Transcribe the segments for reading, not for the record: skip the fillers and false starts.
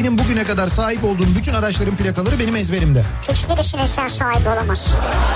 Benim bugüne kadar sahip olduğum bütün araçların plakaları benim ezberimde. Hiçbirisine sen sahibi olamazsın.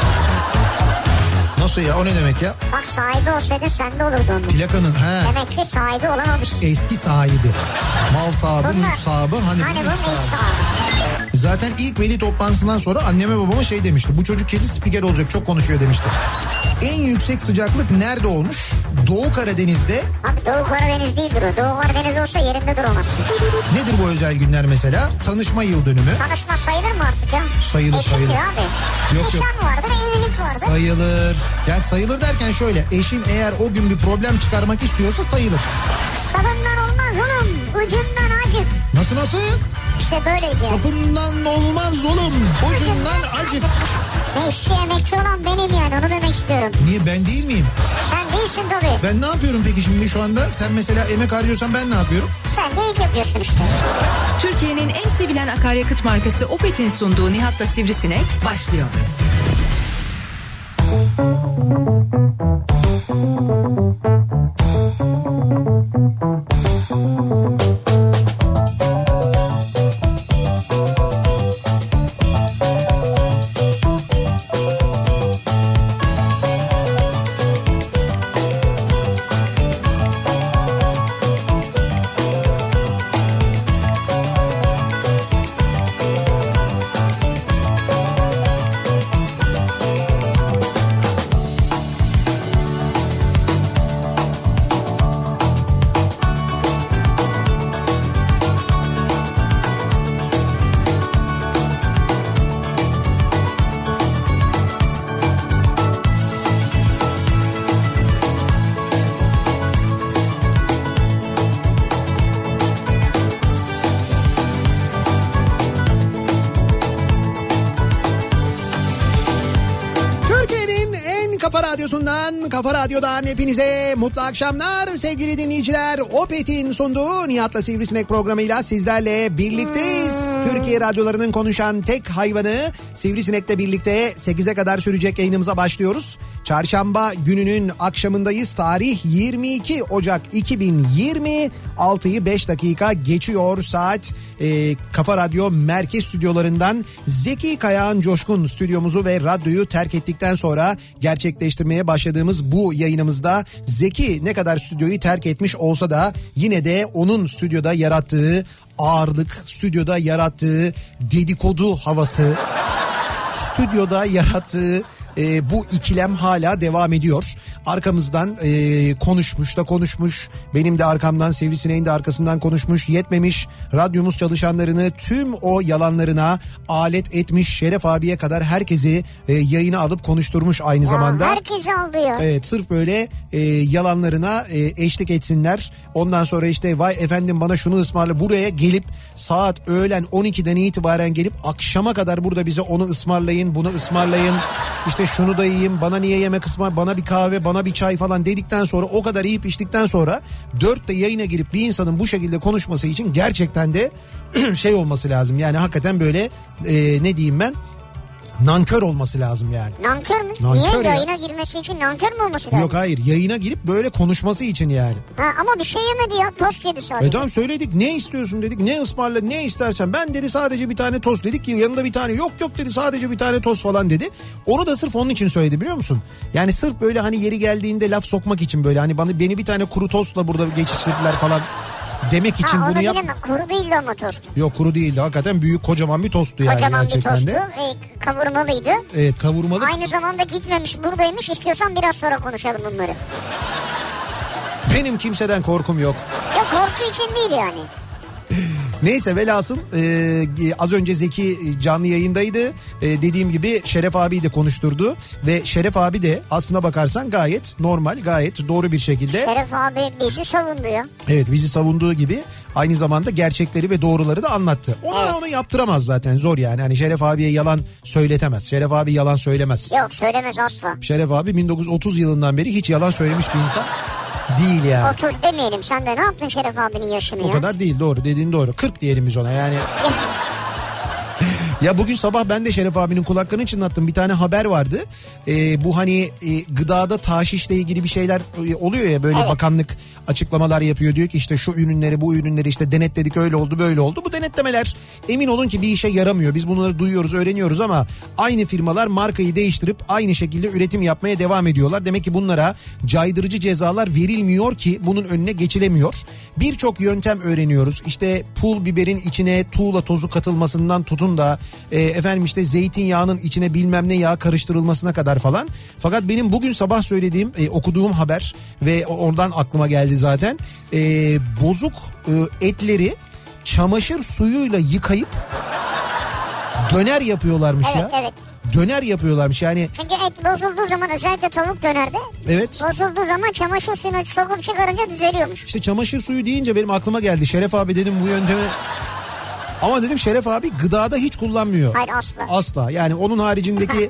Nasıl ya, o ne demek ya? Bak sahibi olsaydı sende olurdu onun. Plakanın Demek ki sahibi olamamışsın. Eski sahibi. Mal sahibi, mülk sahibi. Hani bunun ilk sahibi. Zaten ilk veli toplantısından sonra anneme babama şey demişti. Bu çocuk kesin spiker olacak, çok konuşuyor demişti. En yüksek sıcaklık nerede olmuş? Doğu Karadeniz'de. Abi Doğu Karadeniz değildir o. Doğu Karadeniz olsa yerinde duramazsın. Nedir bu özel günler mesela? Tanışma yıl dönümü. Tanışma sayılır mı artık ya? Sayılır. Abi. Yok. Nişan vardır, evlilik vardır. Sayılır. Yani sayılır derken şöyle. Eşin eğer o gün bir problem çıkarmak istiyorsa sayılır. Sapından olmaz oğlum. Ucundan acık. Nasıl? İşte böyleydi. Sapından olmaz oğlum. Ucundan acık. Ne işçi emekçi olan benim yani, onu demek istiyorum. Niye, ben değil miyim? Sen değilsin tabii. Ben ne yapıyorum peki şimdi şu anda? Sen mesela emek harcıyorsan ben ne yapıyorum? Sen de ilk yapıyorsun işte. Türkiye'nin en sevilen akaryakıt markası Opet'in sunduğu Nihat'la Sivrisinek başlıyor. Kafa Radyo'dan hepinize mutlu akşamlar sevgili dinleyiciler. Opet'in sunduğu Nihat'la Sivrisinek programıyla sizlerle birlikteyiz. Türkiye radyolarının konuşan tek hayvanı Sivrisinek'le birlikte 8'e kadar sürecek yayınımıza başlıyoruz. Çarşamba gününün akşamındayız. Tarih 22 Ocak 2020. 6'yı 5 dakika geçiyor saat. Kafa Radyo merkez stüdyolarından Zeki Kayağan Coşkun stüdyomuzu ve radyoyu terk ettikten sonra gerçekleştirmeye başladığımız bu yayınımızda Zeki ne kadar stüdyoyu terk etmiş olsa da yine de onun stüdyoda yarattığı ağırlık, stüdyoda yarattığı dedikodu havası, stüdyoda yarattığı bu ikilem hala devam ediyor. Arkamızdan konuşmuş. Benim de arkamdan, Sivrisinek'in de arkasından konuşmuş. Yetmemiş. Radyomuz çalışanlarını tüm o yalanlarına alet etmiş. Şeref abiye kadar herkesi yayına alıp konuşturmuş aynı zamanda. Herkesi alıyor. Evet, sırf böyle yalanlarına eşlik etsinler. Ondan sonra işte vay efendim bana şunu ısmarla, buraya gelip saat öğlen 12'den itibaren gelip akşama kadar burada bize onu ısmarlayın, bunu ısmarlayın. İşte şunu da yiyeyim, bana niye yemek ısmar, bana bir kahve, bana bir çay falan dedikten sonra, o kadar yiyip içtikten sonra 4'te yayına girip bir insanın bu şekilde konuşması için gerçekten de şey olması lazım. Yani hakikaten böyle ne diyeyim ben, nankör olması lazım yani. Nankör mü? Nankör niye ya. Yayına girmesi için nankör mü olması lazım? Yok hayır, yayına girip böyle konuşması için yani. Ama bir şey yemedi ya, tost yedi sadece. Tamam söyledik, ne istiyorsun dedik, ne ısmarla, ne istersen. Ben dedi sadece bir tane tost, dedik ki yanında bir tane, yok dedi sadece bir tane tost falan dedi. Onu da sırf onun için söyledi, biliyor musun? Yani sırf böyle hani yeri geldiğinde laf sokmak için, böyle hani beni bir tane kuru tostla burada geçiştirdiler falan demek için bunu yap. Bilemem. Kuru değildi ama tost. Yok, kuru değildi, hakikaten büyük kocaman bir tosttu yani. Kocaman bir tostu. De. Kavurmalıydı. Evet, kavurmalı. Aynı zamanda gitmemiş, buradaymış. İstiyorsan biraz sonra konuşalım bunları. Benim kimseden korkum yok. Yok, korku için değil yani. Neyse velhasıl az önce Zeki canlı yayındaydı. Dediğim gibi Şeref abiyi de konuşturdu. Ve Şeref abi de aslına bakarsan gayet normal, gayet doğru bir şekilde. Şeref abi bizi savundu ya. Evet, bizi savunduğu gibi aynı zamanda gerçekleri ve doğruları da anlattı. Onu yaptıramaz zaten, zor yani. Hani Şeref abiye yalan söyletemez. Şeref abi yalan söylemez. Yok, söylemez asla. Şeref abi 1930 yılından beri hiç yalan söylemiş bir insan değil yani. 30 demeyelim, sen de ne yaptın Şeref abinin yaşını ya? O kadar değil, doğru dediğin doğru. 40 diyelim biz ona yani. Ya bugün sabah ben de Şeref abinin kulaklarını çınlattım. Bir tane haber vardı. Bu hani gıdada taşişle ilgili bir şeyler oluyor ya, böyle evet. Bakanlık açıklamalar yapıyor. Diyor ki işte şu ürünleri, bu ürünleri işte denetledik, öyle oldu böyle oldu. Bu denetleme paketlemeler. Emin olun ki bir işe yaramıyor. Biz bunları duyuyoruz, öğreniyoruz ama aynı firmalar markayı değiştirip aynı şekilde üretim yapmaya devam ediyorlar. Demek ki bunlara caydırıcı cezalar verilmiyor ki bunun önüne geçilemiyor. Birçok yöntem öğreniyoruz. İşte pul biberin içine tuğla tozu katılmasından tutun da efendim işte zeytinyağının içine bilmem ne yağ karıştırılmasına kadar falan. Fakat benim bugün sabah söylediğim, okuduğum haber ve oradan aklıma geldi zaten. Bozuk etleri çamaşır suyuyla yıkayıp döner yapıyorlarmış evet, ya. Evet. Döner yapıyorlarmış yani. Çünkü et bozulduğu zaman, özellikle tavuk dönerde. Evet. Bozulduğu zaman çamaşır suyunu sokup çıkarınca düzeliyormuş. İşte çamaşır suyu deyince benim aklıma geldi. Şeref abi dedim bu yöntemi. Ama dedim Şeref abi gıdada hiç kullanmıyor. Hayır, asla. Asla. Yani onun haricindeki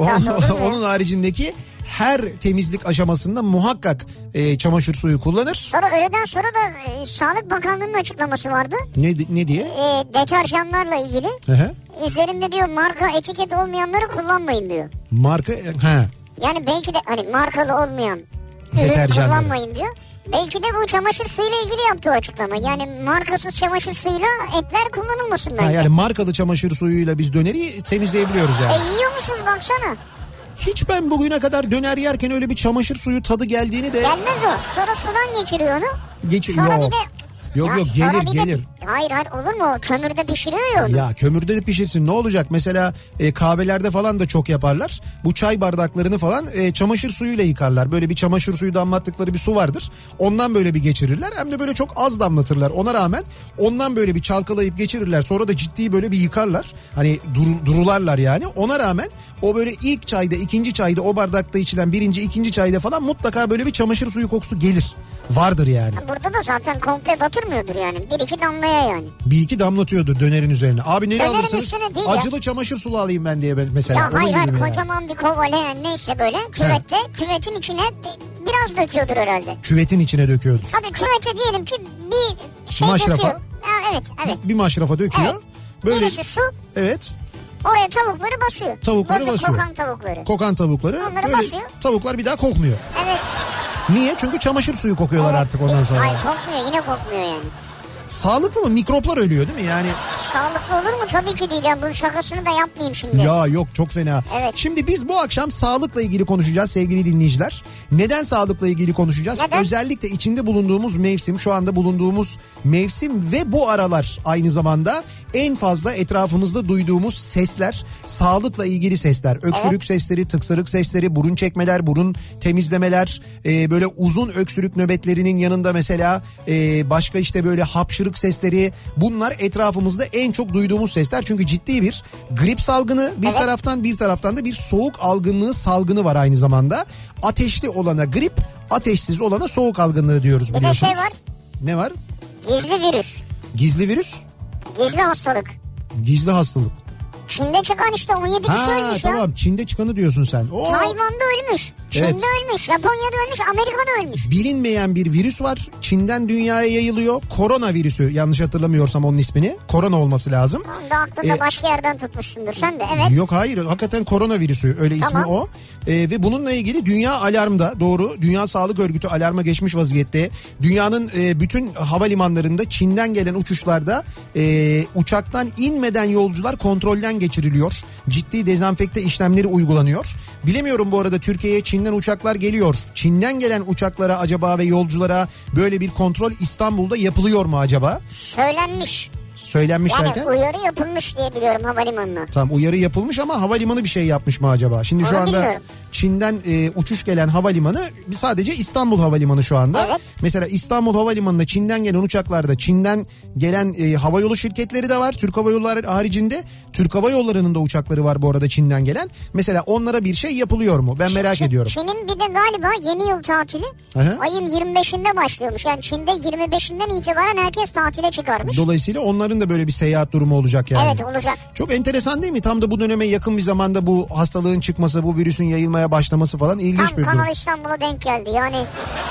onun haricindeki her temizlik aşamasında muhakkak çamaşır suyu kullanır. Sonra öğleden sonra da Sağlık Bakanlığı'nın açıklaması vardı. Ne diye? Deterjanlarla ilgili. Hı-hı. Üzerinde diyor marka etiket olmayanları kullanmayın diyor. Marka Yani belki de hani markalı olmayan ürün kullanmayın diyor. Belki de bu çamaşır suyuyla ilgili yaptığı açıklama. Yani markasız çamaşır suyuyla etler kullanılmasın bence. Yani markalı çamaşır suyuyla biz döneri temizleyebiliyoruz yani. Yiyormuşuz baksana. Hiç ben bugüne kadar döner yerken öyle bir çamaşır suyu tadı geldiğini de... Gelmez o. Sonra sudan geçiriyor onu. Sonra bir de... Yok gelir. Hayır olur mu? Kömürde pişiriyor ya onu. Ya kömürde de pişirsin ne olacak? Mesela kahvelerde falan da çok yaparlar. Bu çay bardaklarını falan çamaşır suyuyla yıkarlar. Böyle bir çamaşır suyu damlattıkları bir su vardır. Ondan böyle bir geçirirler. Hem de böyle çok az damlatırlar. Ona rağmen ondan böyle bir çalkalayıp geçirirler. Sonra da ciddi böyle bir yıkarlar. Hani durularlar yani. Ona rağmen o böyle ilk çayda, ikinci çayda, o bardakta içilen birinci, ikinci çayda falan mutlaka böyle bir çamaşır suyu kokusu gelir. Vardır yani. Burada da zaten komple batırmıyordur yani. Bir iki damlaya yani. Bir iki damlatıyordur dönerin üzerine. Abi neyi alırsınız? Acılı ya. Çamaşır sulu alayım ben diye mesela. Ya hayır kocaman bir kova neyse böyle küvette. Küvetin içine biraz döküyordur herhalde. Küvetin içine döküyordur. Hadi küvete diyelim ki bir şey maşrafa. döküyor. Ha, evet. Bir maşrafa döküyor. Evet. Böyle. Birisi su. Evet. Oraya tavukları basıyor. Tavukları basıyor. Kokan tavukları. Onları böyle basıyor. Tavuklar bir daha kokmuyor. Evet. Niye? Çünkü çamaşır suyu kokuyorlar artık ondan sonra. Hayır kokmuyor, yine kokmuyor yani. Sağlıklı mı? Mikroplar ölüyor değil mi yani? Sağlıklı olur mu? Tabii ki değil. Yani bunun şakasını da yapmayayım şimdi. Ya yok çok fena. Evet. Şimdi biz bu akşam sağlıkla ilgili konuşacağız sevgili dinleyiciler. Neden sağlıkla ilgili konuşacağız? Neden? Özellikle içinde bulunduğumuz mevsim, şu anda bulunduğumuz mevsim ve bu aralar aynı zamanda en fazla etrafımızda duyduğumuz sesler sağlıkla ilgili sesler. Öksürük sesleri, tıksırık sesleri, burun çekmeler, burun temizlemeler, böyle uzun öksürük nöbetlerinin yanında mesela başka işte böyle hapşırık sesleri, bunlar etrafımızda en çok duyduğumuz sesler. Çünkü ciddi bir grip salgını bir taraftan da bir soğuk algınlığı salgını var aynı zamanda. Ateşli olana grip, ateşsiz olana soğuk algınlığı diyoruz biliyorsunuz. Bir de şey var. Ne var? Gizli virüs. Gizli virüs? Gizli hastalık. Gizli hastalık. Çin'de çıkan işte 17 kişi ölmüş ya. Tamam, Çin'de çıkanı diyorsun sen. Tayvan'da ölmüş. Çin'de ölmüş. Japonya'da ölmüş. Amerika'da ölmüş. Bilinmeyen bir virüs var. Çin'den dünyaya yayılıyor. Korona virüsü, yanlış hatırlamıyorsam onun ismini. Korona olması lazım. Onu da aklında başka yerden tutmuşsundur sen de, evet. Yok hayır, hakikaten korona virüsü, öyle ismi o. Ve bununla ilgili dünya alarmda, doğru. Dünya Sağlık Örgütü alarma geçmiş vaziyette. Dünyanın bütün havalimanlarında Çin'den gelen uçuşlarda uçaktan inmeden yolcular kontrolden geçiriliyor. Ciddi dezenfekte işlemleri uygulanıyor. Bilemiyorum bu arada, Türkiye'ye Çin'den uçaklar geliyor. Çin'den gelen uçaklara acaba ve yolculara böyle bir kontrol İstanbul'da yapılıyor mu acaba? Söylenmiş yani derken? Uyarı yapılmış diye biliyorum havalimanına. Tamam, uyarı yapılmış ama havalimanı bir şey yapmış mı acaba? Şimdi onu şu anda bilmiyorum. Çin'den uçuş gelen havalimanı sadece İstanbul Havalimanı şu anda. Evet. Mesela İstanbul Havalimanı'nda Çin'den gelen uçaklarda Çin'den gelen havayolu şirketleri de var. Türk Hava Yolları haricinde Türk Hava Yolları'nın da uçakları var bu arada Çin'den gelen. Mesela onlara bir şey yapılıyor mu? Ben merak ediyorum. Çin'in bir de galiba yeni yıl tatili ayın 25'inde başlıyormuş. Yani Çin'de 25'inden itibaren herkes tatile çıkarmış. Dolayısıyla onların da böyle bir seyahat durumu olacak yani. Evet, olacak. Çok enteresan değil mi? Tam da bu döneme yakın bir zamanda bu hastalığın çıkması, bu virüsün yayılmaya başlaması falan ilginç bir durum. Kanal İstanbul'a denk geldi yani.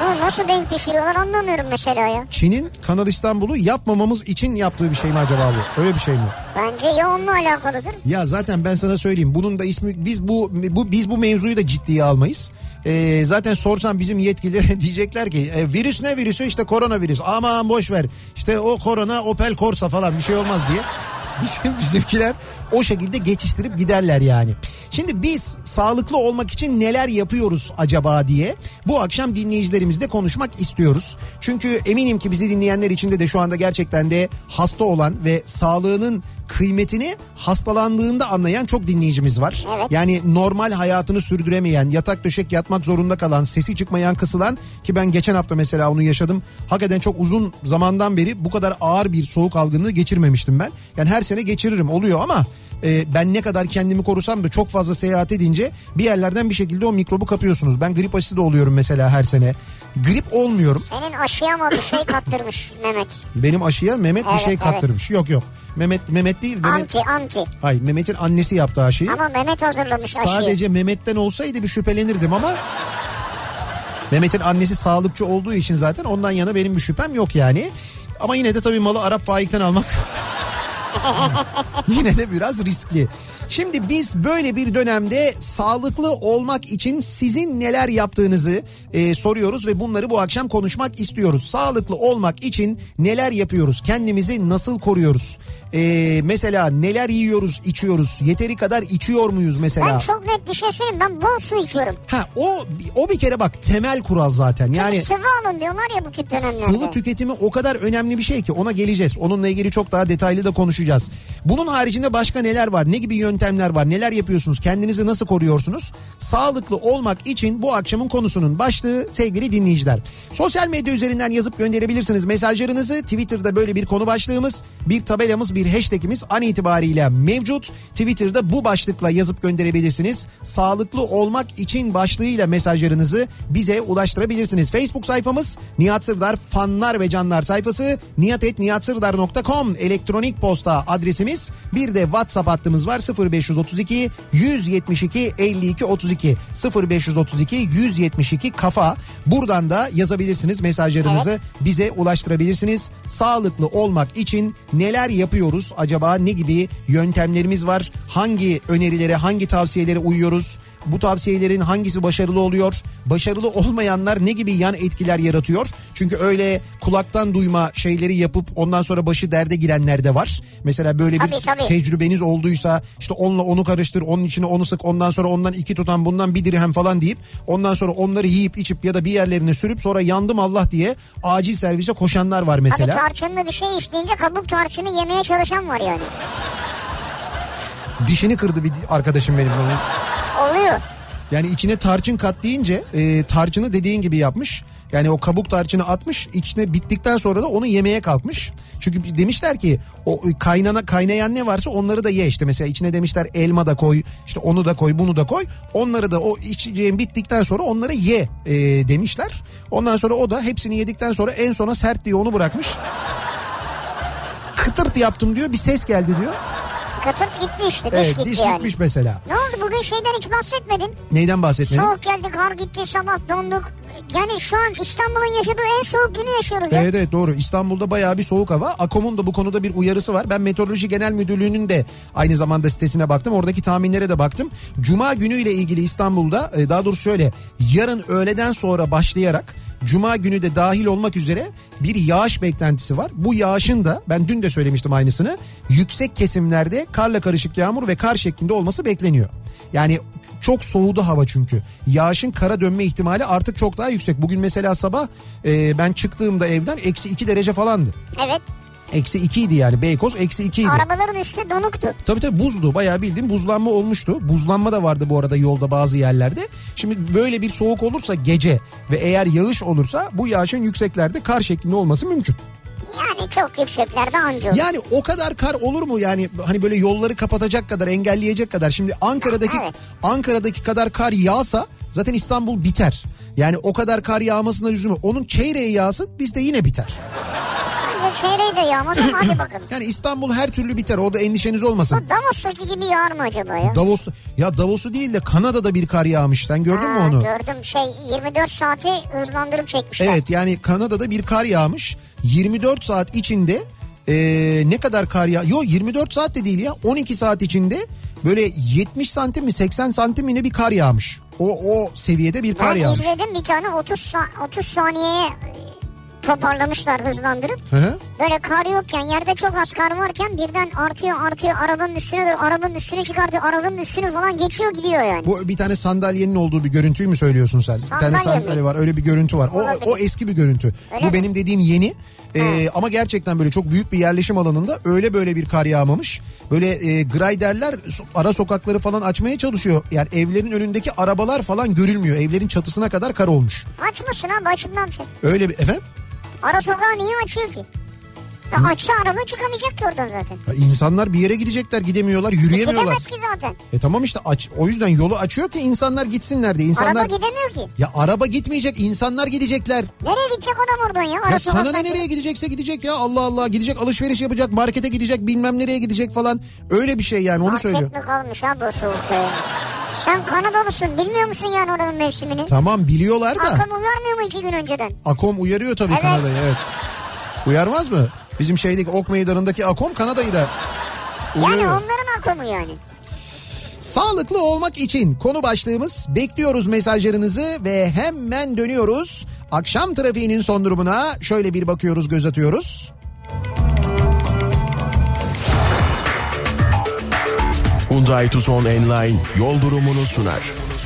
Bunu nasıl denk düşürüyorlar anlamıyorum mesela ya. Çin'in Kanal İstanbul'u yapmamamız için yaptığı bir şey mi acaba bu? Öyle bir şey mi? Bence ya onunla alakalıdır. Ya zaten ben sana söyleyeyim. Bunun da ismi biz bu mevzuyu da ciddiye almayız. Zaten sorsam bizim yetkililere diyecekler ki virüs ne virüsü, işte koronavirüs. Aman boş ver. İşte o korona Opel Corsa falan bir şey olmaz diye. Bizimkiler o şekilde geçiştirip giderler yani. Şimdi biz sağlıklı olmak için neler yapıyoruz acaba diye bu akşam dinleyicilerimizle konuşmak istiyoruz. Çünkü eminim ki bizi dinleyenler içinde de şu anda gerçekten de hasta olan ve sağlığının kıymetini hastalandığında anlayan çok dinleyicimiz var. Evet. Yani normal hayatını sürdüremeyen, yatak döşek yatmak zorunda kalan, sesi çıkmayan, kısılan, ki ben geçen hafta mesela onu yaşadım. Hakikaten çok uzun zamandan beri bu kadar ağır bir soğuk algınlığı geçirmemiştim ben. Yani her sene geçiririm, oluyor ama ben ne kadar kendimi korusam da çok fazla seyahat edince bir yerlerden bir şekilde o mikrobu kapıyorsunuz. Ben grip aşısı da oluyorum mesela her sene. Grip olmuyorum. Senin aşıya mı bir şey kattırmış Mehmet? Benim aşıya Mehmet bir şey kattırmış. Evet. Yok. Mehmet değil. Anti. Hayır, Mehmet'in annesi yaptı aşıyı. Ama Mehmet hazırlamış aşıyı. Sadece Mehmet'ten olsaydı bir şüphelenirdim ama Mehmet'in annesi sağlıkçı olduğu için zaten ondan yana benim bir şüphem yok yani. Ama yine de tabii malı Arap faikten almak yine de biraz riskli. Şimdi biz böyle bir dönemde sağlıklı olmak için sizin neler yaptığınızı soruyoruz ve bunları bu akşam konuşmak istiyoruz. Sağlıklı olmak için neler yapıyoruz? Kendimizi nasıl koruyoruz? Mesela neler yiyoruz, içiyoruz? Yeteri kadar içiyor muyuz mesela? Ben çok net bir şey söyleyeyim. Ben bol su içiyorum. O bir kere bak temel kural zaten. Yani çok sıvı alın diyorlar ya bu tip dönemlerde. Sıvı tüketimi o kadar önemli bir şey ki ona geleceğiz. Onunla ilgili çok daha detaylı da konuşacağız. Bunun haricinde başka neler var? Ne gibi yöntemler var? Neler yapıyorsunuz? Kendinizi nasıl koruyorsunuz? Sağlıklı olmak için bu akşamın konusunun başlığı sevgili dinleyiciler. Sosyal medya üzerinden yazıp gönderebilirsiniz mesajlarınızı. Twitter'da böyle bir konu başlığımız, bir tabelamız, bir hashtagimiz an itibariyle mevcut. Twitter'da bu başlıkla yazıp gönderebilirsiniz. Sağlıklı olmak için başlığıyla mesajlarınızı bize ulaştırabilirsiniz. Facebook sayfamız Nihat Sırdar fanlar ve canlar sayfası, nihat@nihatsırdar.com elektronik posta adresimiz. Bir de WhatsApp hattımız var, 0532 172 52 32 0532 172 kafa. Buradan da yazabilirsiniz mesajlarınızı, bize ulaştırabilirsiniz. Sağlıklı olmak için neler yapıyoruz acaba, ne gibi yöntemlerimiz var, hangi önerilere, hangi tavsiyelere uyuyoruz, bu tavsiyelerin hangisi başarılı oluyor, başarılı olmayanlar ne gibi yan etkiler yaratıyor? Çünkü öyle kulaktan duyma şeyleri yapıp ondan sonra başı derde girenler de var. Mesela böyle bir tecrübeniz olduysa işte onunla onu karıştır, onun içine onu sık, ondan sonra ondan 2 tutam, bundan 1 dirhem falan deyip ondan sonra onları yiyip içip ya da bir yerlerine sürüp sonra yandım Allah diye acil servise koşanlar var mesela. Abi tarçınlı bir şey içtiğince kabuk tarçını yemeye çalışan var yani. Dişini kırdı bir arkadaşım benim bunu. Oluyor. Yani içine tarçın kat deyince tarçını dediğin gibi yapmış. Yani o kabuk tarçını atmış, içine bittikten sonra da onu yemeye kalkmış. Çünkü demişler ki o kaynayan ne varsa onları da ye, işte mesela içine demişler elma da koy, işte onu da koy, bunu da koy. Onları da o içeceğin bittikten sonra onları ye demişler. Ondan sonra o da hepsini yedikten sonra en sona sert diye onu bırakmış. Kıtırt yaptım diyor, bir ses geldi diyor. Kıtırt gitti işte, diş yani. gitmiş mesela. Ne oldu bugün, şeyden hiç bahsetmedin? Neyden bahsetmedin? Soğuk geldi, kar gitti, sabah donduk. Yani şu an İstanbul'un yaşadığı en soğuk günü yaşıyoruz ya. Evet doğru, İstanbul'da bayağı bir soğuk hava. AKOM'un da bu konuda bir uyarısı var. Ben Meteoroloji Genel Müdürlüğü'nün de aynı zamanda sitesine baktım. Oradaki tahminlere de baktım. Cuma günüyle ilgili İstanbul'da daha doğrusu şöyle, yarın öğleden sonra başlayarak Cuma günü de dahil olmak üzere bir yağış beklentisi var. Bu yağışın da, ben dün de söylemiştim aynısını, yüksek kesimlerde karla karışık yağmur ve kar şeklinde olması bekleniyor. Yani çok soğudu hava çünkü. Yağışın kara dönme ihtimali artık çok daha yüksek. Bugün mesela sabah ben çıktığımda evden -2 derece falandı. Evet. -2'ydi yani, Beykoz -2'ydi. Arabaların üstü donuktu. Tabii buzdu, bayağı bildiğin buzlanma olmuştu. Buzlanma da vardı bu arada yolda bazı yerlerde. Şimdi böyle bir soğuk olursa gece ve eğer yağış olursa bu yağışın yükseklerde kar şeklinde olması mümkün. Yani çok yükseklerde anca olur. Yani o kadar kar olur mu yani, hani böyle yolları kapatacak kadar, engelleyecek kadar. Şimdi Ankara'daki kadar kar yağsa zaten İstanbul biter. Yani o kadar kar yağmasına lüzum yok. Onun çeyreği yağsın, bizde yine biter. bence çeyreği de yağmaz ama hadi bakalım. Yani İstanbul her türlü biter, orada endişeniz olmasın. Bu Davos'taki gibi yağar mı acaba ya? Davos'u değil de Kanada'da bir kar yağmış, sen gördün mü onu? Gördüm, 24 saati hızlandırıp çekmişler. Evet, yani Kanada'da bir kar yağmış 24 saat içinde ne kadar kar yağ? Yok 24 saat de değil ya, 12 saat içinde böyle 70 santim mi 80 santim mi ne bir kar yağmış. O seviyede bir kar yağmış. Ben izledim bir tane 30 saniyeye toparlamışlar hızlandırıp. Hı. Böyle kar yokken, yerde çok az kar varken birden artıyor arabanın üstüne doğru, arabanın üstüne çıkartıyor, arabanın üstüne falan geçiyor gidiyor yani. Bu bir tane sandalyenin olduğu bir görüntüyü mü söylüyorsun sen? Bir tane sandalye var, öyle bir görüntü var. O eski bir görüntü. Öyle bu mi? Benim dediğim yeni. Ama gerçekten böyle çok büyük bir yerleşim alanında öyle böyle bir kar yağmamış. Böyle griderler ara sokakları falan açmaya çalışıyor. Yani evlerin önündeki arabalar falan görülmüyor. Evlerin çatısına kadar kar olmuş. Açmasın abi, açımdan bir şey. Öyle bir efendim? Ara sokağı niye açıyor ki? Ya açsa araba çıkamayacak ki oradan zaten. Ya insanlar bir yere gidecekler, gidemiyorlar, yürüyemiyorlar. Gidemez ki zaten. Tamam işte o yüzden yolu açıyor ki insanlar gitsinler diye. Araba gidemiyor ki. Ya araba gitmeyecek, insanlar gidecekler. Nereye gidecek adam oradan ya? Ya sana ne, nereye gidecekse gidecek ya, Allah Allah, gidecek alışveriş yapacak, markete gidecek, bilmem nereye gidecek falan. Öyle bir şey yani, onu söylüyor. Market mi kalmış abi o soğukta ya? Sen Kanadalısın, bilmiyor musun yani oranın mevsimini? Tamam biliyorlar da. Akom uyarmıyor mu 2 gün önceden? Akom uyarıyor tabii, evet. Kanada'yı, evet. Uyarmaz mı? Bizim şeydeki Ok Meydanı'ndaki Akom Kanada'yı da uyarıyor. Yani onların Akom'u yani. Sağlıklı olmak için konu başlığımız, bekliyoruz mesajlarınızı ve hemen dönüyoruz. Akşam trafiğinin son durumuna şöyle bir bakıyoruz, göz atıyoruz. Hyundai Tucson Enline yol durumunu sunar.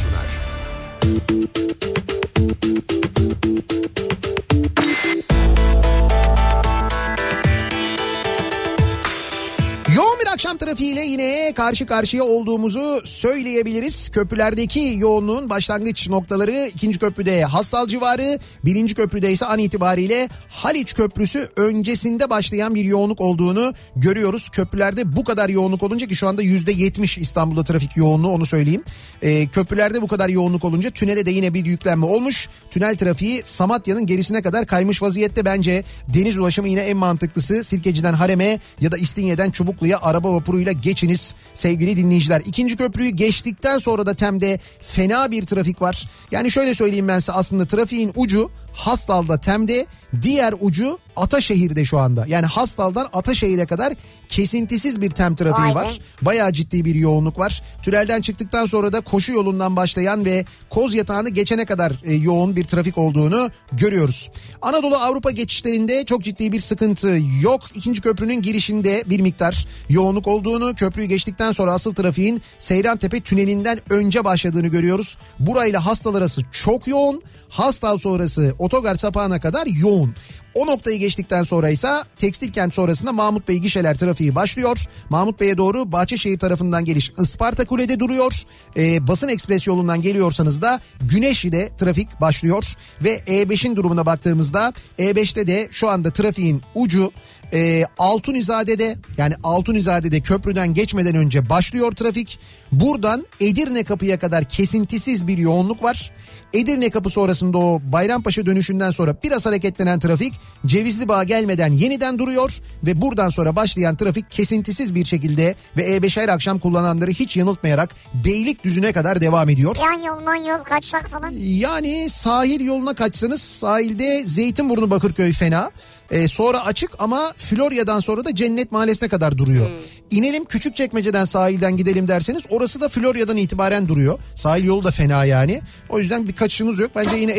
Yoğun bir akşam trafiğiyle yine karşı karşıya olduğumuzu söyleyebiliriz. Köprülerdeki yoğunluğun başlangıç noktaları 2. köprüde Hastal civarı, 1. köprüde ise an itibariyle Haliç Köprüsü öncesinde başlayan bir yoğunluk olduğunu görüyoruz. Köprülerde bu kadar yoğunluk olunca, ki şu anda %70 İstanbul'da trafik yoğunluğu, onu söyleyeyim. Köprülerde bu kadar yoğunluk olunca tünele de yine bir yüklenme olmuş. Tünel trafiği Samatya'nın gerisine kadar kaymış vaziyette. Bence deniz ulaşımı yine en mantıklısı. Sirkeci'den Harem'e ya da İstinye'den Çubuklu'ya araba vapuruyla geçiniz sevgili dinleyiciler. 2. köprüyü geçtikten sonra da Tem'de fena bir trafik var. Yani şöyle söyleyeyim ben size, aslında trafiğin ucu Hastal'da, Tem'de, diğer ucu Ataşehir'de şu anda. Yani Hastal'dan Ataşehir'e kadar kesintisiz bir Tem trafiği var. Bayağı ciddi bir yoğunluk var. Tünelden çıktıktan sonra da koşu yolundan başlayan ve Kozyatağı'nı geçene kadar yoğun bir trafik olduğunu görüyoruz. Anadolu Avrupa geçişlerinde çok ciddi bir sıkıntı yok. 2. köprünün girişinde bir miktar yoğunluk olduğunu, köprüyü geçtikten sonra asıl trafiğin Seyrantepe tünelinden önce başladığını görüyoruz. Burayla Hastal arası çok yoğun. Hastal sonrası otogar sapağına kadar yoğun. O noktayı geçtikten sonra ise Tekstilkent sonrasında Mahmut Bey gişeler trafiği başlıyor. Mahmut Bey'e doğru Bahçeşehir tarafından geliş Isparta Kule'de duruyor. Basın Ekspres yolundan geliyorsanız da Güneşli'de trafik başlıyor. Ve E5'in durumuna baktığımızda E5'te de şu anda trafiğin ucu Altunizade'de, yani Altunizade'de köprüden geçmeden önce başlıyor trafik. Buradan Edirne Kapı'ya kadar kesintisiz bir yoğunluk var. Edirne Kapı sonrasında o Bayrampaşa dönüşünden sonra biraz hareketlenen trafik Cevizlibağ'a gelmeden yeniden duruyor ve buradan sonra başlayan trafik kesintisiz bir şekilde ve E5 her akşam kullananları hiç yanıltmayarak Beylikdüzü'ne kadar devam ediyor. Yan yol kaçsak falan. Yani sahil yoluna kaçsanız sahilde Zeytinburnu Bakırköy fena. Sonra açık ama Florya'dan sonra da Cennet Mahallesi'ne kadar duruyor. İnelim Küçükçekmece'den sahilden gidelim derseniz orası da Florya'dan itibaren duruyor. Sahil yolu da fena yani. O yüzden bir kaçışınız yok. Bence yine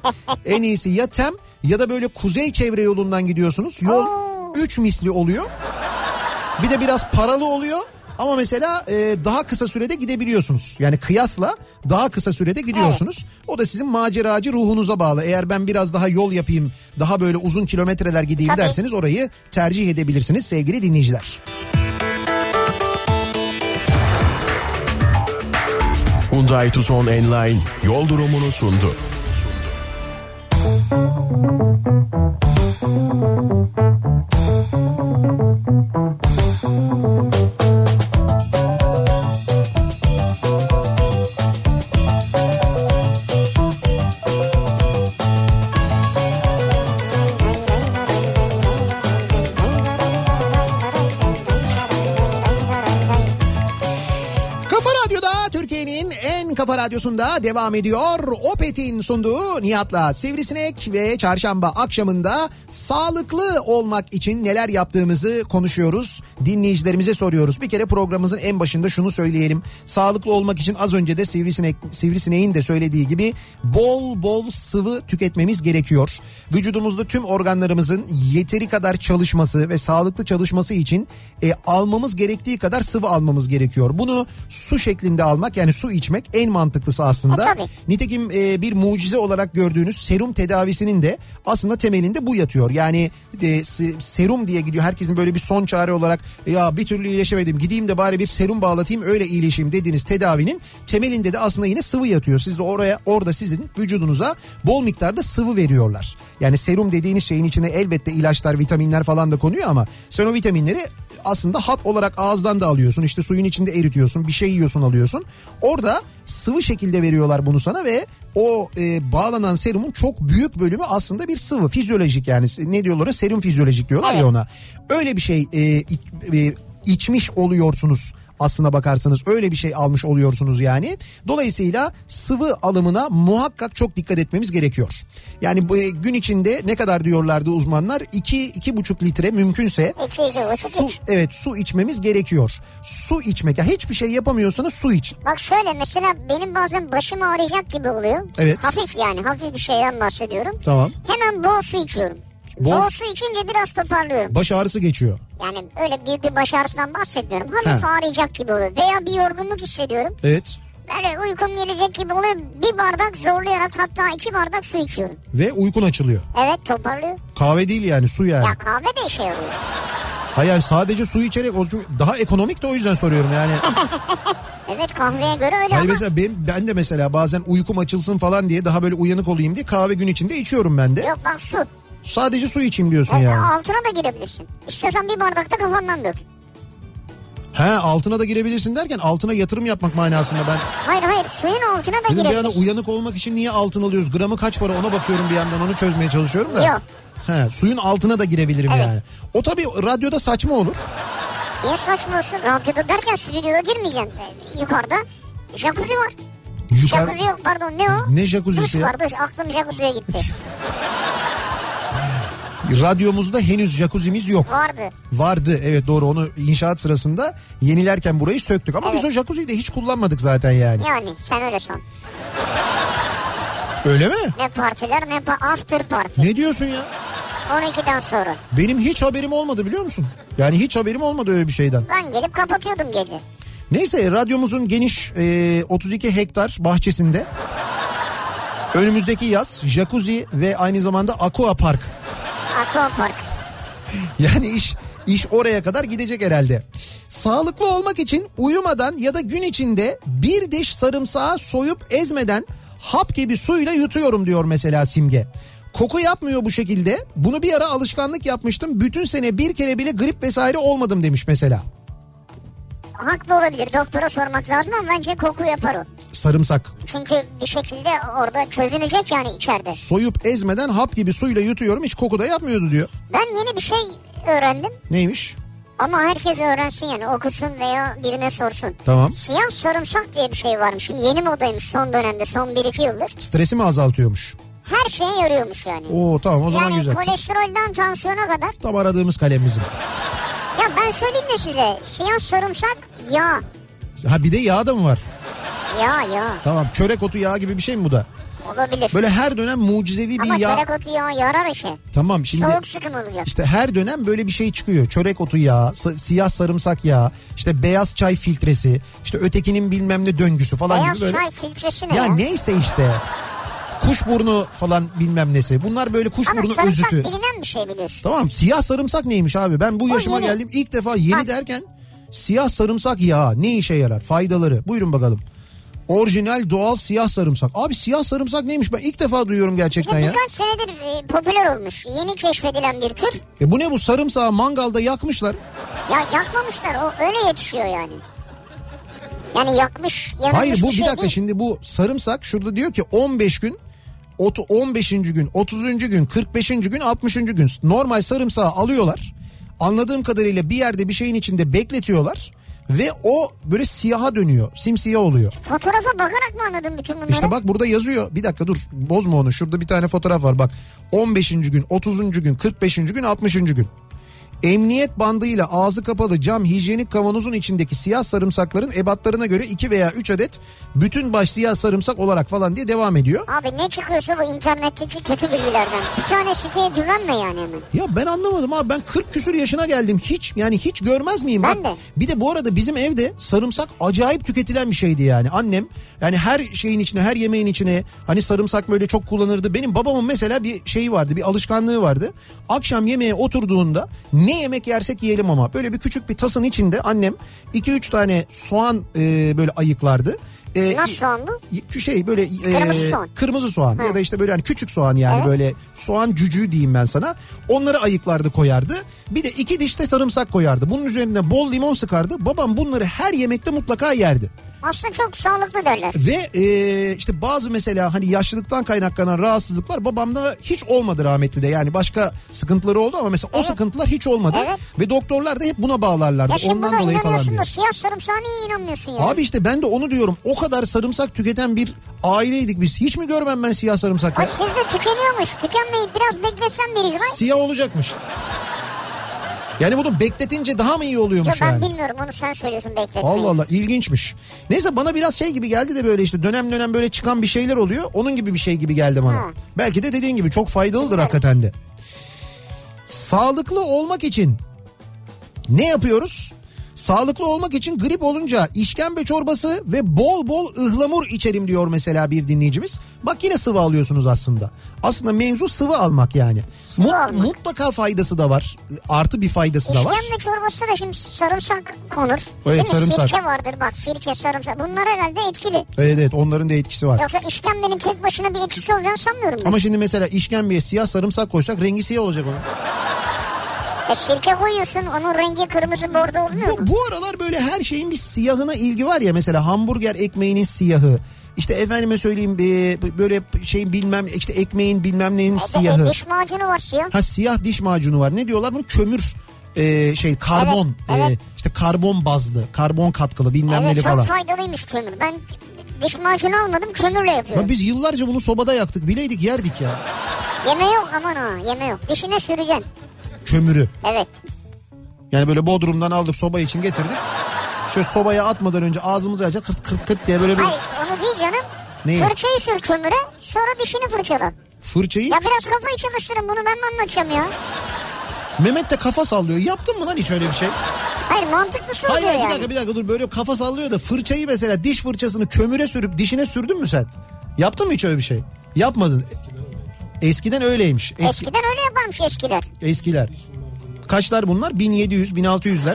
en iyisi ya Tem ya da böyle kuzey çevre yolundan gidiyorsunuz. Yol 3 misli oluyor. Bir de biraz paralı oluyor. Ama mesela daha kısa sürede gidebiliyorsunuz. Yani kıyasla daha kısa sürede gidiyorsunuz. Evet. O da sizin maceracı ruhunuza bağlı. Eğer ben biraz daha yol yapayım, daha böyle uzun kilometreler gideyim derseniz orayı tercih edebilirsiniz sevgili dinleyiciler. Hyundai Tucson Enline yol durumunu sundu. Kafa Radyosu'nda devam ediyor. Opet'in sunduğu Nihat'la Sivrisinek ve çarşamba akşamında sağlıklı olmak için neler yaptığımızı konuşuyoruz. Dinleyicilerimize soruyoruz. Bir kere programımızın en başında şunu söyleyelim. Sağlıklı olmak için az önce de Sivrisinek'in de söylediği gibi bol bol sıvı tüketmemiz gerekiyor. Vücudumuzda tüm organlarımızın yeteri kadar çalışması ve sağlıklı çalışması için almamız gerektiği kadar sıvı almamız gerekiyor. Bunu su şeklinde almak, yani su içmek en mantıklısı aslında. Nitekim bir mucize olarak gördüğünüz serum tedavisinin de aslında temelinde bu yatıyor. Yani serum diye gidiyor. Herkesin böyle bir son çare olarak ya bir türlü iyileşemedim, gideyim de bari bir serum bağlatayım öyle iyileşeyim dediğiniz tedavinin temelinde de aslında yine sıvı yatıyor. Siz de orada sizin vücudunuza bol miktarda sıvı veriyorlar. Yani serum dediğiniz şeyin içine elbette ilaçlar, vitaminler falan da konuyor ama sen o vitaminleri aslında hap olarak ağızdan da alıyorsun. İşte suyun içinde eritiyorsun, bir şey yiyorsun, alıyorsun. Orada sıvı şekilde veriyorlar bunu sana ve o bağlanan serumun çok büyük bölümü aslında bir sıvı, fizyolojik, yani ne diyorlar, serum fizyolojik diyorlar ya ona. Öyle bir şey içmiş oluyorsunuz. Aslına bakarsanız öyle bir şey almış oluyorsunuz yani. Dolayısıyla sıvı alımına muhakkak çok dikkat etmemiz gerekiyor. Yani bu gün içinde ne kadar diyorlardı uzmanlar? 2-2,5 litre mümkünse su içmemiz gerekiyor. Su içmek, ya hiçbir şey yapamıyorsanız su iç. Bak şöyle, mesela benim bazen başım ağrıyacak gibi oluyor. Evet. Hafif bir şeyden bahsediyorum. Tamam. Hemen bol su içiyorum. Bol su içince biraz toparlıyorum. Baş ağrısı geçiyor. Yani öyle büyük bir baş ağrısından bahsetmiyorum. Hafif ağrıyacak gibi oluyor. Veya bir yorgunluk hissediyorum. Evet. Böyle uykum gelecek gibi oluyor. Bir bardak zorlayarak, hatta 2 bardak su içiyorum. Ve uykun açılıyor. Evet, toparlıyor. Kahve değil yani, su yani. Ya kahve de işe yarıyor. Hayır, sadece su içerek daha ekonomik de, o yüzden soruyorum yani. Evet, kahveye göre öyle. Hayır, mesela ben de mesela bazen uykum açılsın falan diye, daha böyle uyanık olayım diye kahve gün içinde içiyorum ben de. Yok bak, su. Sadece su içeyim diyorsun yani. Altına da girebilirsin. İstiyorsan bir bardakta kafandan dök. Altına da girebilirsin derken altına yatırım yapmak manasında ben. Hayır, suyun altına da girebilirsin. Bir yana uyanık olmak için niye altın alıyoruz? Gramı kaç para, ona bakıyorum bir yandan, onu çözmeye çalışıyorum da. Yok. Suyun altına da girebilirim yani. O tabii radyoda saçma olur. Niye saçma olsun? Radyoda derken stüdyoya girmeyeceksin. Yukarıda jacuzzi var. Jacuzzi yok, pardon, ne o? Ne jacuzzi ya? Duş, aklım jacuzziye gitti. Radyomuzda henüz jacuzzi'miz yok. Vardı, evet doğru, onu inşaat sırasında yenilerken burayı söktük. Ama biz o jacuzzi'yi de hiç kullanmadık zaten yani. Yani sen öyle san. Öyle mi? Ne partiler ne after party. Ne diyorsun ya? 12'den sonra. Benim hiç haberim olmadı, biliyor musun? Yani hiç haberim olmadı öyle bir şeyden. Ben gelip kapatıyordum gece. Neyse, radyomuzun geniş 32 hektar bahçesinde önümüzdeki yaz jacuzzi ve aynı zamanda aqua park. Yani iş oraya kadar gidecek herhalde. Sağlıklı olmak için uyumadan ya da gün içinde bir diş sarımsağı soyup ezmeden hap gibi suyla yutuyorum diyor mesela Simge. Koku yapmıyor bu şekilde. Bunu bir ara alışkanlık yapmıştım. Bütün sene bir kere bile grip vesaire olmadım demiş mesela. Haklı olabilir. Doktora sormak lazım ama bence koku yapar o. Sarımsak. Çünkü bir şekilde orada çözünecek yani içeride. Soyup ezmeden hap gibi suyla yutuyorum, hiç koku da yapmıyordu diyor. Ben yeni bir şey öğrendim. Neymiş? Ama herkes öğrensin yani, okusun veya birine sorsun. Tamam. Siyah sarımsak diye bir şey varmış. Şimdi yeni modaymış son dönemde, son 1-2 yıldır. Stresi mi azaltıyormuş? Her şeye yarıyormuş yani. Oo tamam, o zaman yani güzel. Yani kolesterolden tansiyona kadar. Tam aradığımız kalem bizim. Ya ben söyleyeyim de size, siyah sarımsak yağ. Ha, bir de yağ da mı var? Yağ. Tamam, çörek otu yağı gibi bir şey mi bu da? Olabilir. Böyle her dönem mucizevi bir yağ. Ama çörek otu yağı yarar işe. Tamam şimdi. Soğuk sıkım olacak. İşte her dönem böyle bir şey çıkıyor. Çörek otu yağı, siyah sarımsak yağı, işte beyaz çay filtresi, işte ötekinin bilmem ne döngüsü falan beyaz gibi böyle. Beyaz çay filtresi ne ya? Ya Neyse işte. Kuşburnu falan bilmem nesi. Bunlar böyle kuşburnu özütü. Ama sarımsak bilinen bir şey biliyorsun. Tamam, siyah sarımsak neymiş abi? Ben bu yaşıma geldim ilk defa derken siyah sarımsak yağı ne işe yarar? Faydaları. Buyurun bakalım. Orijinal doğal siyah sarımsak. Abi siyah sarımsak neymiş? Ben ilk defa duyuyorum gerçekten ya. Birkaç senedir popüler olmuş. Yeni keşfedilen bir tür. Bu ne, bu sarımsağı mangalda yakmışlar. Ya yakmamışlar, o öyle yetişiyor yani. Yani yakmış. Hayır, bu bir şey dakika değil. Şimdi bu sarımsak şurada diyor ki 15 gün, 15. gün, 30. gün, 45. gün, 60. gün normal sarımsağı alıyorlar. Anladığım kadarıyla bir yerde bir şeyin içinde bekletiyorlar. ve o böyle siyaha dönüyor. Simsiyah oluyor. Fotoğrafa bakarak mı anladın bütün bunları? İşte bak burada yazıyor. Bir dakika dur, bozma onu. Şurada bir tane fotoğraf var bak. 15. gün, 30. gün, 45. gün, 60. gün. Emniyet bandıyla ağzı kapalı cam hijyenik kavanozun içindeki siyah sarımsakların ebatlarına göre 2 veya 3 adet bütün baş siyah sarımsak olarak falan diye devam ediyor. Abi ne çıkıyorsa bu internetteki kötü bilgilerden. Bir tane siteye güvenme yani hemen. Ya ben anlamadım abi, ben 40 küsur yaşına geldim. Hiç görmez miyim? Ben de. Bir de bu arada bizim evde sarımsak acayip tüketilen bir şeydi yani. Annem yani her şeyin içine, her yemeğin içine hani sarımsak böyle çok kullanırdı. Benim babamın mesela bir şeyi vardı, bir alışkanlığı vardı. Akşam yemeğe oturduğunda ne yemek yersek yiyelim ama böyle bir küçük bir tasın içinde annem 2-3 tane soğan böyle ayıklardı. Nasıl soğan bu? Şey böyle kırmızı soğan ya da işte böyle hani küçük soğan yani, evet. Böyle soğan cücüğü diyeyim ben sana. Onları ayıklardı, koyardı. Bir de 2 diş de sarımsak koyardı. Bunun üzerine bol limon sıkardı. Babam bunları her yemekte mutlaka yerdi. Aslında çok sağlıklı derler. Ve işte bazı mesela hani yaşlılıktan kaynaklanan rahatsızlıklar babamda hiç olmadı, rahmetli de. Yani başka sıkıntıları oldu ama mesela o sıkıntılar hiç olmadı. Evet. Ve doktorlar da hep buna bağlarlardı. Ya şimdi ondan buna dolayı falan inanmıyorsun diye. da siyah sarımsağa niye inanmıyorsun ya? Abi işte ben de onu diyorum. O kadar sarımsak tüketen bir aileydik biz. Hiç mi görmem ben siyah sarımsak ya? Sizde tükeniyormuş. Tükenmeyip biraz bekletsen bir gün. Siyah olacakmış. Yani bunu bekletince daha mı iyi oluyormuş ben yani? Ben bilmiyorum, onu sen söylüyorsun, bekletmeyi. Allah Allah, ilginçmiş. Neyse bana biraz şey gibi geldi de böyle işte dönem dönem böyle çıkan bir şeyler oluyor. Onun gibi bir şey gibi geldi bana. Belki de dediğin gibi çok faydalıdır hakikaten de. Sağlıklı olmak için ne yapıyoruz? Sağlıklı olmak için grip olunca işkembe çorbası ve bol bol ıhlamur içerim diyor mesela bir dinleyicimiz. Bak yine sıvı alıyorsunuz aslında. Aslında mevzu sıvı almak yani. Mutlaka faydası da var. Artı bir faydası da var. İşkembe çorbası da şimdi sarımsak konur. Evet, sarımsak. Sirke vardır bak, sirke, sarımsak. Bunlar herhalde etkili. Evet, onların da etkisi var. Yoksa işkembenin tek başına bir etkisi olacağını sanmıyorum ben. Ama şimdi mesela işkembeye siyah sarımsak koysak rengi siyah olacak onun. Sirke koyuyorsun, onun rengi kırmızı bordo olmuyor mu? Bu aralar böyle her şeyin bir siyahına ilgi var ya, mesela hamburger ekmeğinin siyahı. İşte efendime söyleyeyim böyle şey bilmem işte ekmeğin bilmem neyin siyahı. Diş macunu var siyah. Ha, siyah diş macunu var. Ne diyorlar bunu? Kömür karbon. Evet. İşte karbon bazlı, karbon katkılı bilmem neli falan. Evet, çok faydalıymış kömür. Ben diş macunu almadım, kömürle yapıyorum. Ya biz yıllarca bunu sobada yaktık, bileydik yerdik ya. Yeme yok aman ha, yeme yok. Dişine süreceksin. Kömürü. Evet. Yani böyle Bodrum'dan aldık, soba için getirdik. Şöyle sobaya atmadan önce ağzımızı açacak, kırt kırt diye böyle bir... Hayır, onu değil canım. Neyi? Fırçayı sür kömüre, sonra dişini fırçala. Fırçayı? Ya biraz kafayı çalıştırın, bunu ben mi anlatacağım ya? Mehmet de kafa sallıyor. Yaptın mı lan hiç öyle bir şey? Hayır, mantıklısı oluyor yani. Hayır, bir dakika dur, böyle kafa sallıyor da fırçayı mesela, diş fırçasını kömüre sürüp dişine sürdün mü sen? Yaptın mı hiç öyle bir şey? Yapmadın. Eskiden öyleymiş. Eskiden öyle yaparmış eskiler. Eskiler. Kaçlar bunlar? 1700, 1600'ler.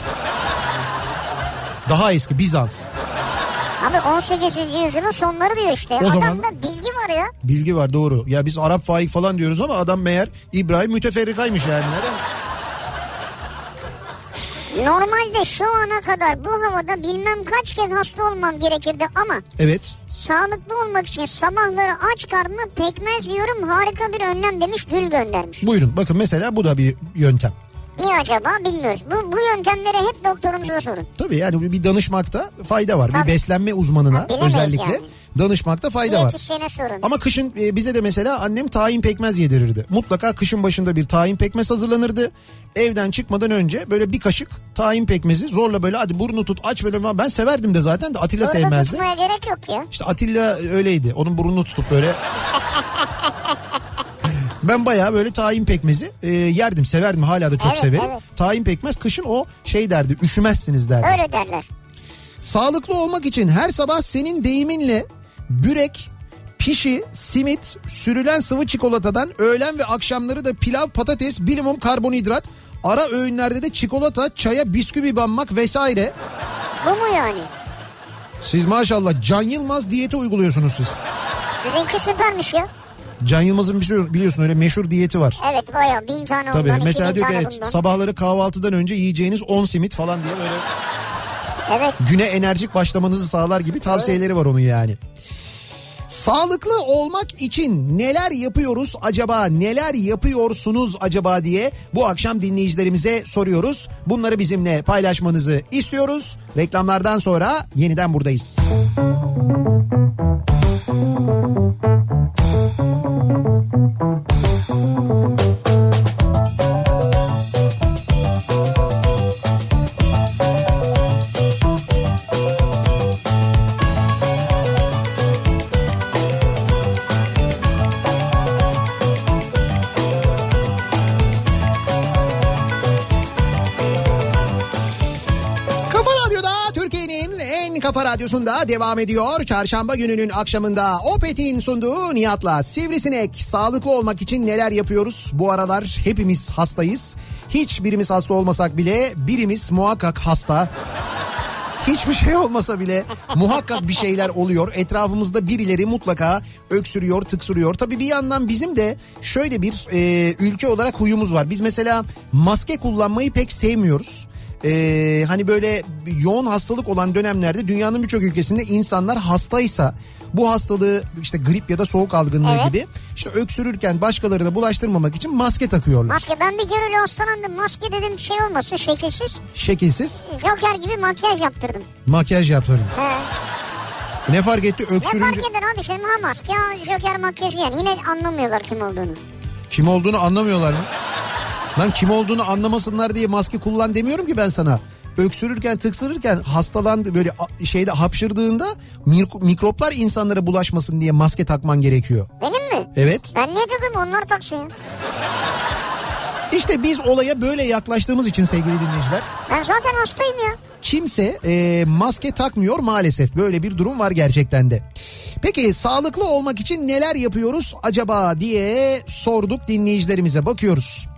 Daha eski, Bizans. Abi 18. yüzyılın sonları diyor işte. O Adamda zaman bilgi var ya. Bilgi var, doğru. Ya biz Arap faik falan diyoruz ama adam meğer İbrahim Müteferrikaymış yani. Neden? Normalde şu ana kadar bu havada bilmem kaç kez hasta olmam gerekirdi ama... Evet. Sağlıklı olmak için sabahları aç karnına pekmez yiyorum, harika bir önlem demiş, Gül göndermiş. Buyurun bakın, mesela bu da bir yöntem. Niye acaba bilmiyoruz. Bu yöntemleri hep doktorumuza sorun. Tabii yani bir danışmakta fayda var. Tabii. Bir beslenme uzmanına özellikle yani danışmakta fayda var. Diyetisyene sorun. Ama kışın bize de mesela annem tahin pekmez yedirirdi. Mutlaka kışın başında bir tahin pekmez hazırlanırdı. Evden çıkmadan önce böyle bir kaşık tahin pekmezi zorla böyle hadi burnu tut aç böyle. Ben severdim de zaten de Atilla sevmezdi. Burnu tutmaya gerek yok ya. İşte Atilla öyleydi. Onun burnunu tutup böyle... Ben bayağı böyle tahin pekmezi yerdim, severdim, hala da çok severim. Evet. Tahin pekmez kışın o şey derdi, üşümezsiniz derdi. Öyle derler. Sağlıklı olmak için her sabah senin deyiminle börek, pişi, simit, sürülen sıvı çikolatadan, öğlen ve akşamları da pilav, patates, minimum karbonhidrat, ara öğünlerde de çikolata, çaya bisküvi banmak vesaire. Bu mu yani? Siz maşallah Can Yılmaz diyeti uyguluyorsunuz siz. Sizinki süpermiş ya. Can Yılmaz'ın biliyorsun öyle meşhur diyeti var. Evet, bayağı 1000 tane tabii, ondan, mesela diyor ki bundan. Sabahları kahvaltıdan önce yiyeceğiniz 10 simit falan diye böyle. Evet. Güne enerjik başlamanızı sağlar gibi tavsiyeleri var onun yani. Sağlıklı olmak için neler yapıyoruz acaba, neler yapıyorsunuz acaba diye bu akşam dinleyicilerimize soruyoruz. Bunları bizimle paylaşmanızı istiyoruz. Reklamlardan sonra yeniden buradayız. Kafa Radyosu'nda devam ediyor. Çarşamba gününün akşamında Opet'in sunduğu Nihat'la Sivrisinek. Sağlıklı olmak için neler yapıyoruz? Bu aralar hepimiz hastayız. Hiçbirimiz hasta olmasak bile birimiz muhakkak hasta. Hiçbir şey olmasa bile muhakkak bir şeyler oluyor. Etrafımızda birileri mutlaka öksürüyor, tıksırıyor. Tabii bir yandan bizim de şöyle bir ülke olarak huyumuz var. Biz mesela maske kullanmayı pek sevmiyoruz. Hani böyle yoğun hastalık olan dönemlerde dünyanın birçok ülkesinde insanlar hastaysa bu hastalığı işte grip ya da soğuk algınlığı gibi işte öksürürken başkalarına bulaştırmamak için maske takıyorlar. Maske, ben bir kere öyle hastalandım. Maske dedim şey olmasın, şekilsiz. Şekilsiz. Joker gibi makyaj yaptırdım. Makyaj yaptırdım. Ne fark etti öksürünce? Ne fark eder abi, senin ha maske ha Joker makyajı yani. Yine anlamıyorlar kim olduğunu. Kim olduğunu anlamıyorlar mı? Lan kim olduğunu anlamasınlar diye maske kullan demiyorum ki ben sana. Öksürürken, tıksırırken hastalandı böyle şeyde hapşırdığında mikroplar insanlara bulaşmasın diye maske takman gerekiyor. Benim mi? Evet. Ben niye takayım, onlar taksın. İşte biz olaya böyle yaklaştığımız için sevgili dinleyiciler. Ben zaten hastayım ya. Kimse maske takmıyor maalesef. Böyle bir durum var gerçekten de. Peki sağlıklı olmak için neler yapıyoruz acaba diye sorduk dinleyicilerimize, bakıyoruz.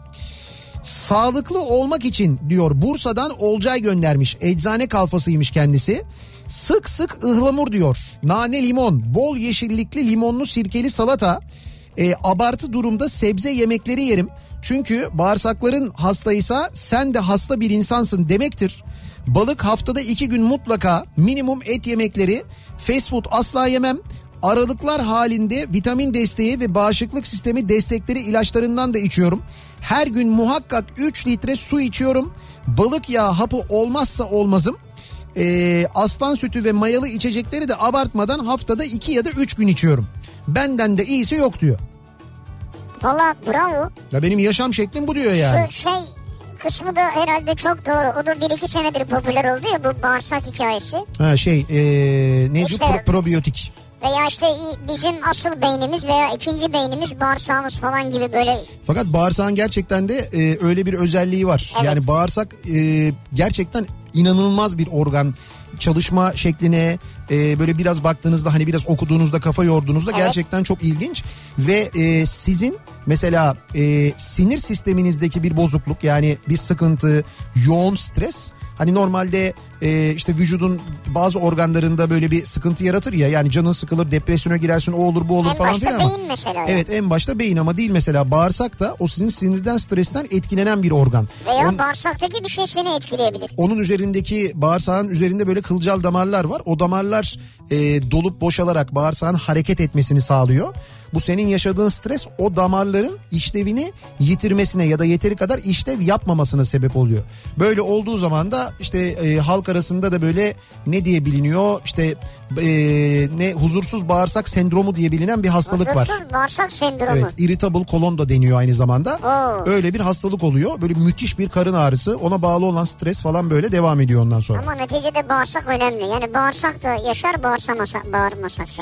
Sağlıklı olmak için diyor Bursa'dan Olcay göndermiş. Eczane kalfasıymış kendisi. Sık sık ıhlamur diyor. Nane limon, bol yeşillikli limonlu sirkeli salata. Abartı durumda sebze yemekleri yerim. Çünkü bağırsakların hastaysa sen de hasta bir insansın demektir. Balık haftada 2 gün mutlaka, minimum et yemekleri, fast food asla yemem. Aralıklar halinde vitamin desteği ve bağışıklık sistemi destekleri ilaçlarından da içiyorum. Her gün muhakkak 3 litre su içiyorum. Balık yağı hapı olmazsa olmazım. Aslan sütü ve mayalı içecekleri de abartmadan haftada 2 ya da 3 gün içiyorum. Benden de iyisi yok diyor. Valla bravo. Ya benim yaşam şeklim bu diyor yani. Şu şey kısmı da herhalde çok doğru. O da 1-2 senedir popüler oldu ya, bu bağırsak hikayesi. Ha ne işte, diyor? Probiyotik. Veya işte bizim asıl beynimiz veya ikinci beynimiz bağırsağımız falan gibi böyle. Fakat bağırsağın gerçekten de öyle bir özelliği var. Evet. Yani bağırsak gerçekten inanılmaz bir organ. Çalışma şekline böyle biraz baktığınızda, hani biraz okuduğunuzda, kafa yorduğunuzda gerçekten çok ilginç. Ve sizin mesela sinir sisteminizdeki bir bozukluk, yani bir sıkıntı, yoğun stres, hani normalde işte vücudun bazı organlarında böyle bir sıkıntı yaratır ya, yani canın sıkılır, depresyona girersin, o olur bu olur falan filan ama. En başta beyin mesela. Evet, en başta beyin ama değil mesela bağırsak da o sizin sinirden, stresten etkilenen bir organ. Veya bağırsaktaki bir şey seni etkileyebilir. Onun üzerindeki, bağırsağın üzerinde böyle kılcal damarlar var. O damarlar dolup boşalarak bağırsağın hareket etmesini sağlıyor. Bu senin yaşadığın stres o damarların işlevini yitirmesine ya da yeteri kadar işlev yapmamasına sebep oluyor. Böyle olduğu zaman da işte halk arasında da böyle ne diye biliniyor, işte huzursuz bağırsak sendromu diye bilinen bir hastalık var. Huzursuz bağırsak sendromu. Evet, irritable colon da deniyor aynı zamanda. Oo. Öyle bir hastalık oluyor. Böyle müthiş bir karın ağrısı, ona bağlı olan stres falan böyle devam ediyor ondan sonra. Ama neticede bağırsak önemli. Yani bağırsak da yaşar, bağırmasak da.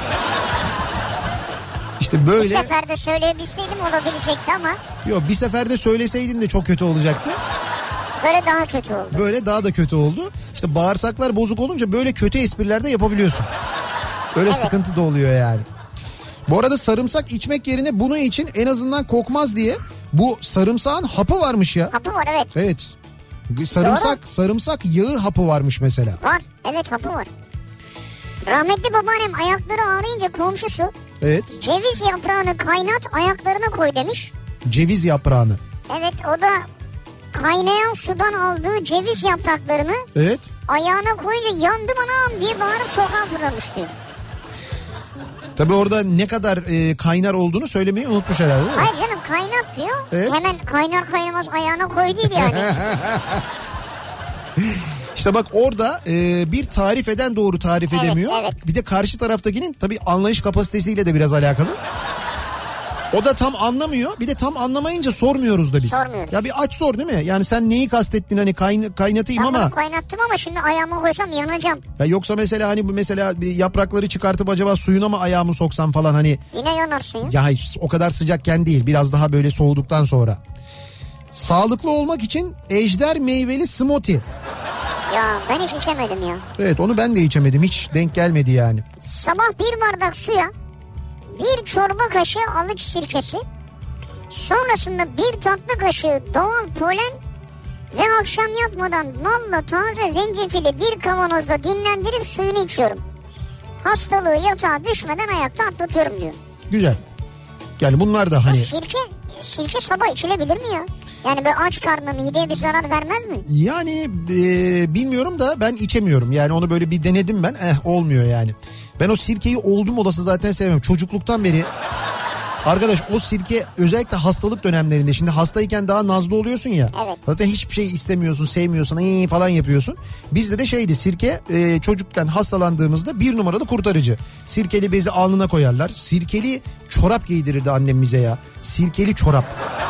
İşte böyle. Bir seferde söyleyebilseydim olabilecekti ama. Yok, bir seferde söyleseydin de çok kötü olacaktı. Böyle daha kötü oldu. Böyle daha da kötü oldu. İşte bağırsaklar bozuk olunca böyle kötü espriler de yapabiliyorsun. Öyle sıkıntı da oluyor yani. Bu arada sarımsak içmek yerine bunu için, en azından kokmaz diye, bu sarımsağın hapı varmış ya. Hapı var, evet. Evet. Sarımsak yağı hapı varmış mesela. Var. Evet, hapı var. Rahmetli babaannem ayakları ağrıyınca komşusu ceviz yaprağını kaynat ayaklarına koy demiş. Ceviz yaprağını. Evet, o da kaynayan sudan aldığı ceviz yapraklarını ayağına koyunca yandım anam diye bağırıp sokağa fırlamış diyor. Tabii orada ne kadar kaynar olduğunu söylemeyi unutmuş herhalde, değil mi? Hayır canım, kaynat diyor. Evet. Hemen kaynar kaynamaz ayağına koy değil yani. İşte bak orada bir tarif eden doğru tarif edemiyor. Evet. Bir de karşı taraftakinin tabii anlayış kapasitesiyle de biraz alakalı. O da tam anlamıyor. Bir de tam anlamayınca sormuyoruz da biz. Sormuyoruz. Ya bir aç sor, değil mi? Yani sen neyi kastettin, hani kaynatayım ben ama. kaynattım ama şimdi ayağıma koysam yanacağım. Ya yoksa mesela hani bu mesela bir yaprakları çıkartıp acaba suyuna mı ayağımı soksam falan hani. Yine yanarsın ya. Ya hiç o kadar sıcakken değil, biraz daha böyle soğuduktan sonra. Sağlıklı olmak için ejder meyveli smoothie. Ya ben hiç içemedim ya. Evet, onu ben de içemedim, hiç denk gelmedi yani. Sabah bir bardak suya bir çorba kaşığı alıç sirkesi, sonrasında bir tatlı kaşığı doğal polen ve akşam yatmadan nalla taze zencefili bir kavanozda dinlendirip suyunu içiyorum. Hastalığı yatağa düşmeden ayakta atlatıyorum diyor. Güzel. Yani bunlar da hani. Sirke sabah içilebilir mi ya? Yani böyle aç karnına mideye bir zarar vermez mi? Yani bilmiyorum da ben içemiyorum. Yani onu böyle bir denedim ben. Olmuyor yani. Ben o sirkeyi oldum olası zaten sevmem. Çocukluktan beri. Arkadaş o sirke özellikle hastalık dönemlerinde, şimdi hastayken daha nazlı oluyorsun ya. Evet. Zaten hiçbir şey istemiyorsun, sevmiyorsun, falan yapıyorsun. Bizde de şeydi sirke, çocukken hastalandığımızda 1 numaralı kurtarıcı. Sirkeli bezi alnına koyarlar. Sirkeli çorap giydirirdi annem bize ya. Sirkeli çorap.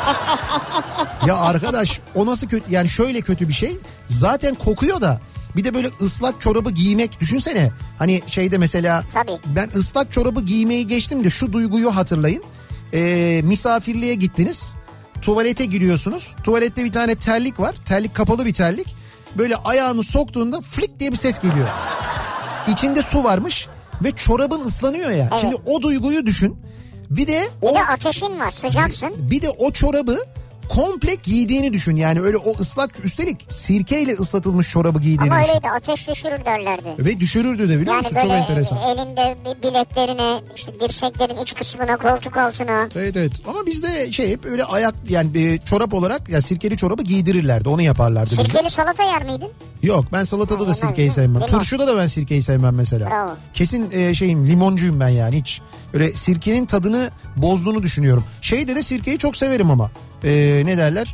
Ya arkadaş o nasıl kötü, yani şöyle kötü bir şey. Zaten kokuyor da. Bir de böyle ıslak çorabı giymek, düşünsene. Hani şeyde mesela. Tabii. Ben ıslak çorabı giymeyi geçtim de şu duyguyu hatırlayın. Misafirliğe gittiniz. Tuvalete giriyorsunuz. Tuvalette bir tane terlik var. Terlik kapalı bir terlik. Böyle ayağını soktuğunda flik diye bir ses geliyor. İçinde su varmış ve çorabın ıslanıyor ya. Evet. Şimdi o duyguyu düşün. Bir de ateşin var, sıcaksın. Bir de o çorabı komple giydiğini düşün. Yani öyle o ıslak, üstelik sirkeyle ıslatılmış çorabı giydiğini ama düşün. öyleydi, ateş düşürür derlerdi. Ve düşürürdü de, biliyor musun? Yani Çok enteresan. elinde bileklerine, işte dirseklerin iç kısmına, koltuk altına. Evet ama bizde hep öyle ayak, yani çorap olarak ya sirkeli çorabı giydirirlerdi, onu yaparlardı bizde. Sirkeli salata yer miydin? Yok, ben salatada da sirkeyi sevmem. Limon. Turşuda da ben sirkeyi sevmem mesela. Bravo. Kesin limoncuyum ben yani, hiç. Öyle sirkenin tadını bozduğunu düşünüyorum. Şeyde de sirkeyi çok severim ama. Ne derler?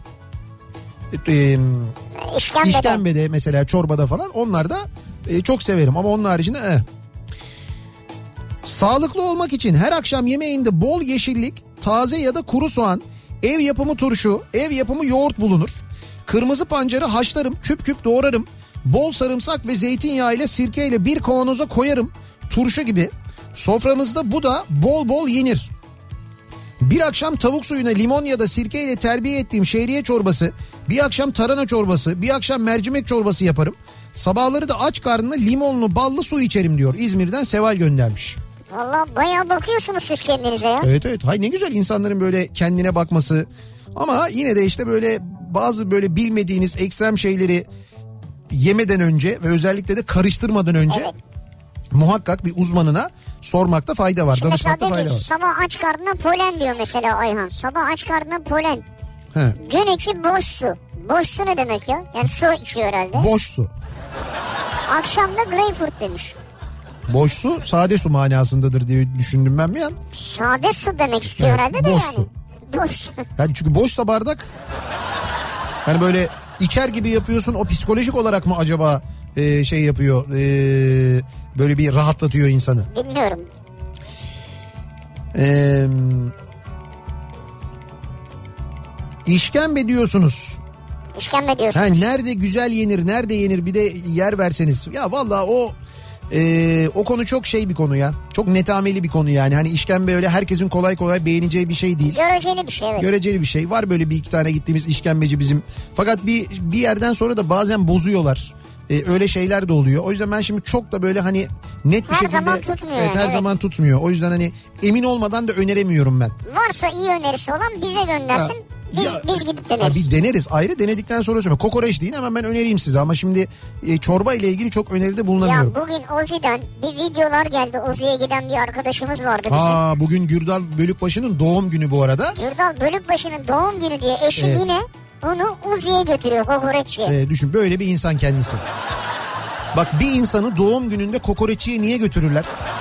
İşkembede mesela, çorbada falan, onlar da çok severim ama onun haricinde Sağlıklı olmak için her akşam yemeğinde bol yeşillik, taze ya da kuru soğan, ev yapımı turşu, ev yapımı yoğurt bulunur. Kırmızı pancarı haşlarım, küp küp doğrarım. Bol sarımsak ve zeytinyağı ile sirkeyle bir kavanoza koyarım. Turşu gibi. Soframızda bu da bol bol yenir. Bir akşam tavuk suyuna limon ya da sirke ile terbiye ettiğim şehriye çorbası, bir akşam tarhana çorbası, bir akşam mercimek çorbası yaparım. Sabahları da aç karnına limonlu ballı su içerim diyor. İzmir'den Seval göndermiş. Valla bayağı bakıyorsunuz siz kendinize ya. Evet. Hay ne güzel insanların böyle kendine bakması. Ama yine de işte böyle bazı böyle bilmediğiniz ekstrem şeyleri yemeden önce ve özellikle de karıştırmadan önce muhakkak bir uzmanına sormakta fayda var. Şimdi Danışmakta mesela fayda var. sabah aç karnına polen diyor mesela Ayhan. Sabah aç karnına polen. He. Gün içi boş su. Boş su ne demek ya? Yani su içiyor herhalde. Boş su. Akşam da greyfurt demiş. Boş su sade su manasındadır diye düşündüm ben bir an. Sade su demek istiyor herhalde de boş yani. Su. Boş su. Yani çünkü boşsa bardak, hani böyle içer gibi yapıyorsun, o psikolojik olarak mı acaba yapıyor, böyle bir rahatlatıyor insanı. Bilmiyorum. İşkembe diyorsunuz. İşkembe diyorsunuz. Nerede güzel yenir, nerede yenir, bir de yer verseniz. Ya vallahi o konu çok bir konu ya. Çok netameli bir konu yani. Hani işkembe öyle herkesin kolay kolay beğeneceği bir şey değil. Göreceli bir şey, evet. Göreceli bir şey. Var böyle bir iki tane gittiğimiz işkembeci bizim. Fakat bir yerden sonra da bazen bozuyorlar. Öyle şeyler de oluyor. O yüzden ben şimdi çok da böyle hani net bir her şekilde. Zaman tutmuyor evet, her evet. zaman tutmuyor. O yüzden hani emin olmadan da öneremiyorum ben. Varsa iyi önerisi olan bize göndersin. Biz gidip deneriz. Bir deneriz, ayrı denedikten sonra söyleyeyim. Kokoreç deyin, hemen ben önereyim size ama şimdi çorba ile ilgili çok öneride bulunamıyorum. Ya bugün Ozi'den bir videolar geldi. Ozi'ye giden bir arkadaşımız vardı bizim. Bugün Gürdal Bölükbaşı'nın doğum günü bu arada. Gürdal Bölükbaşı'nın doğum günü diye eşi yine onu Uzi'ye götürüyor, kokoreççiye. Düşün, böyle bir insan kendisi. Bak, bir insanı doğum gününde kokoreççiye niye götürürler?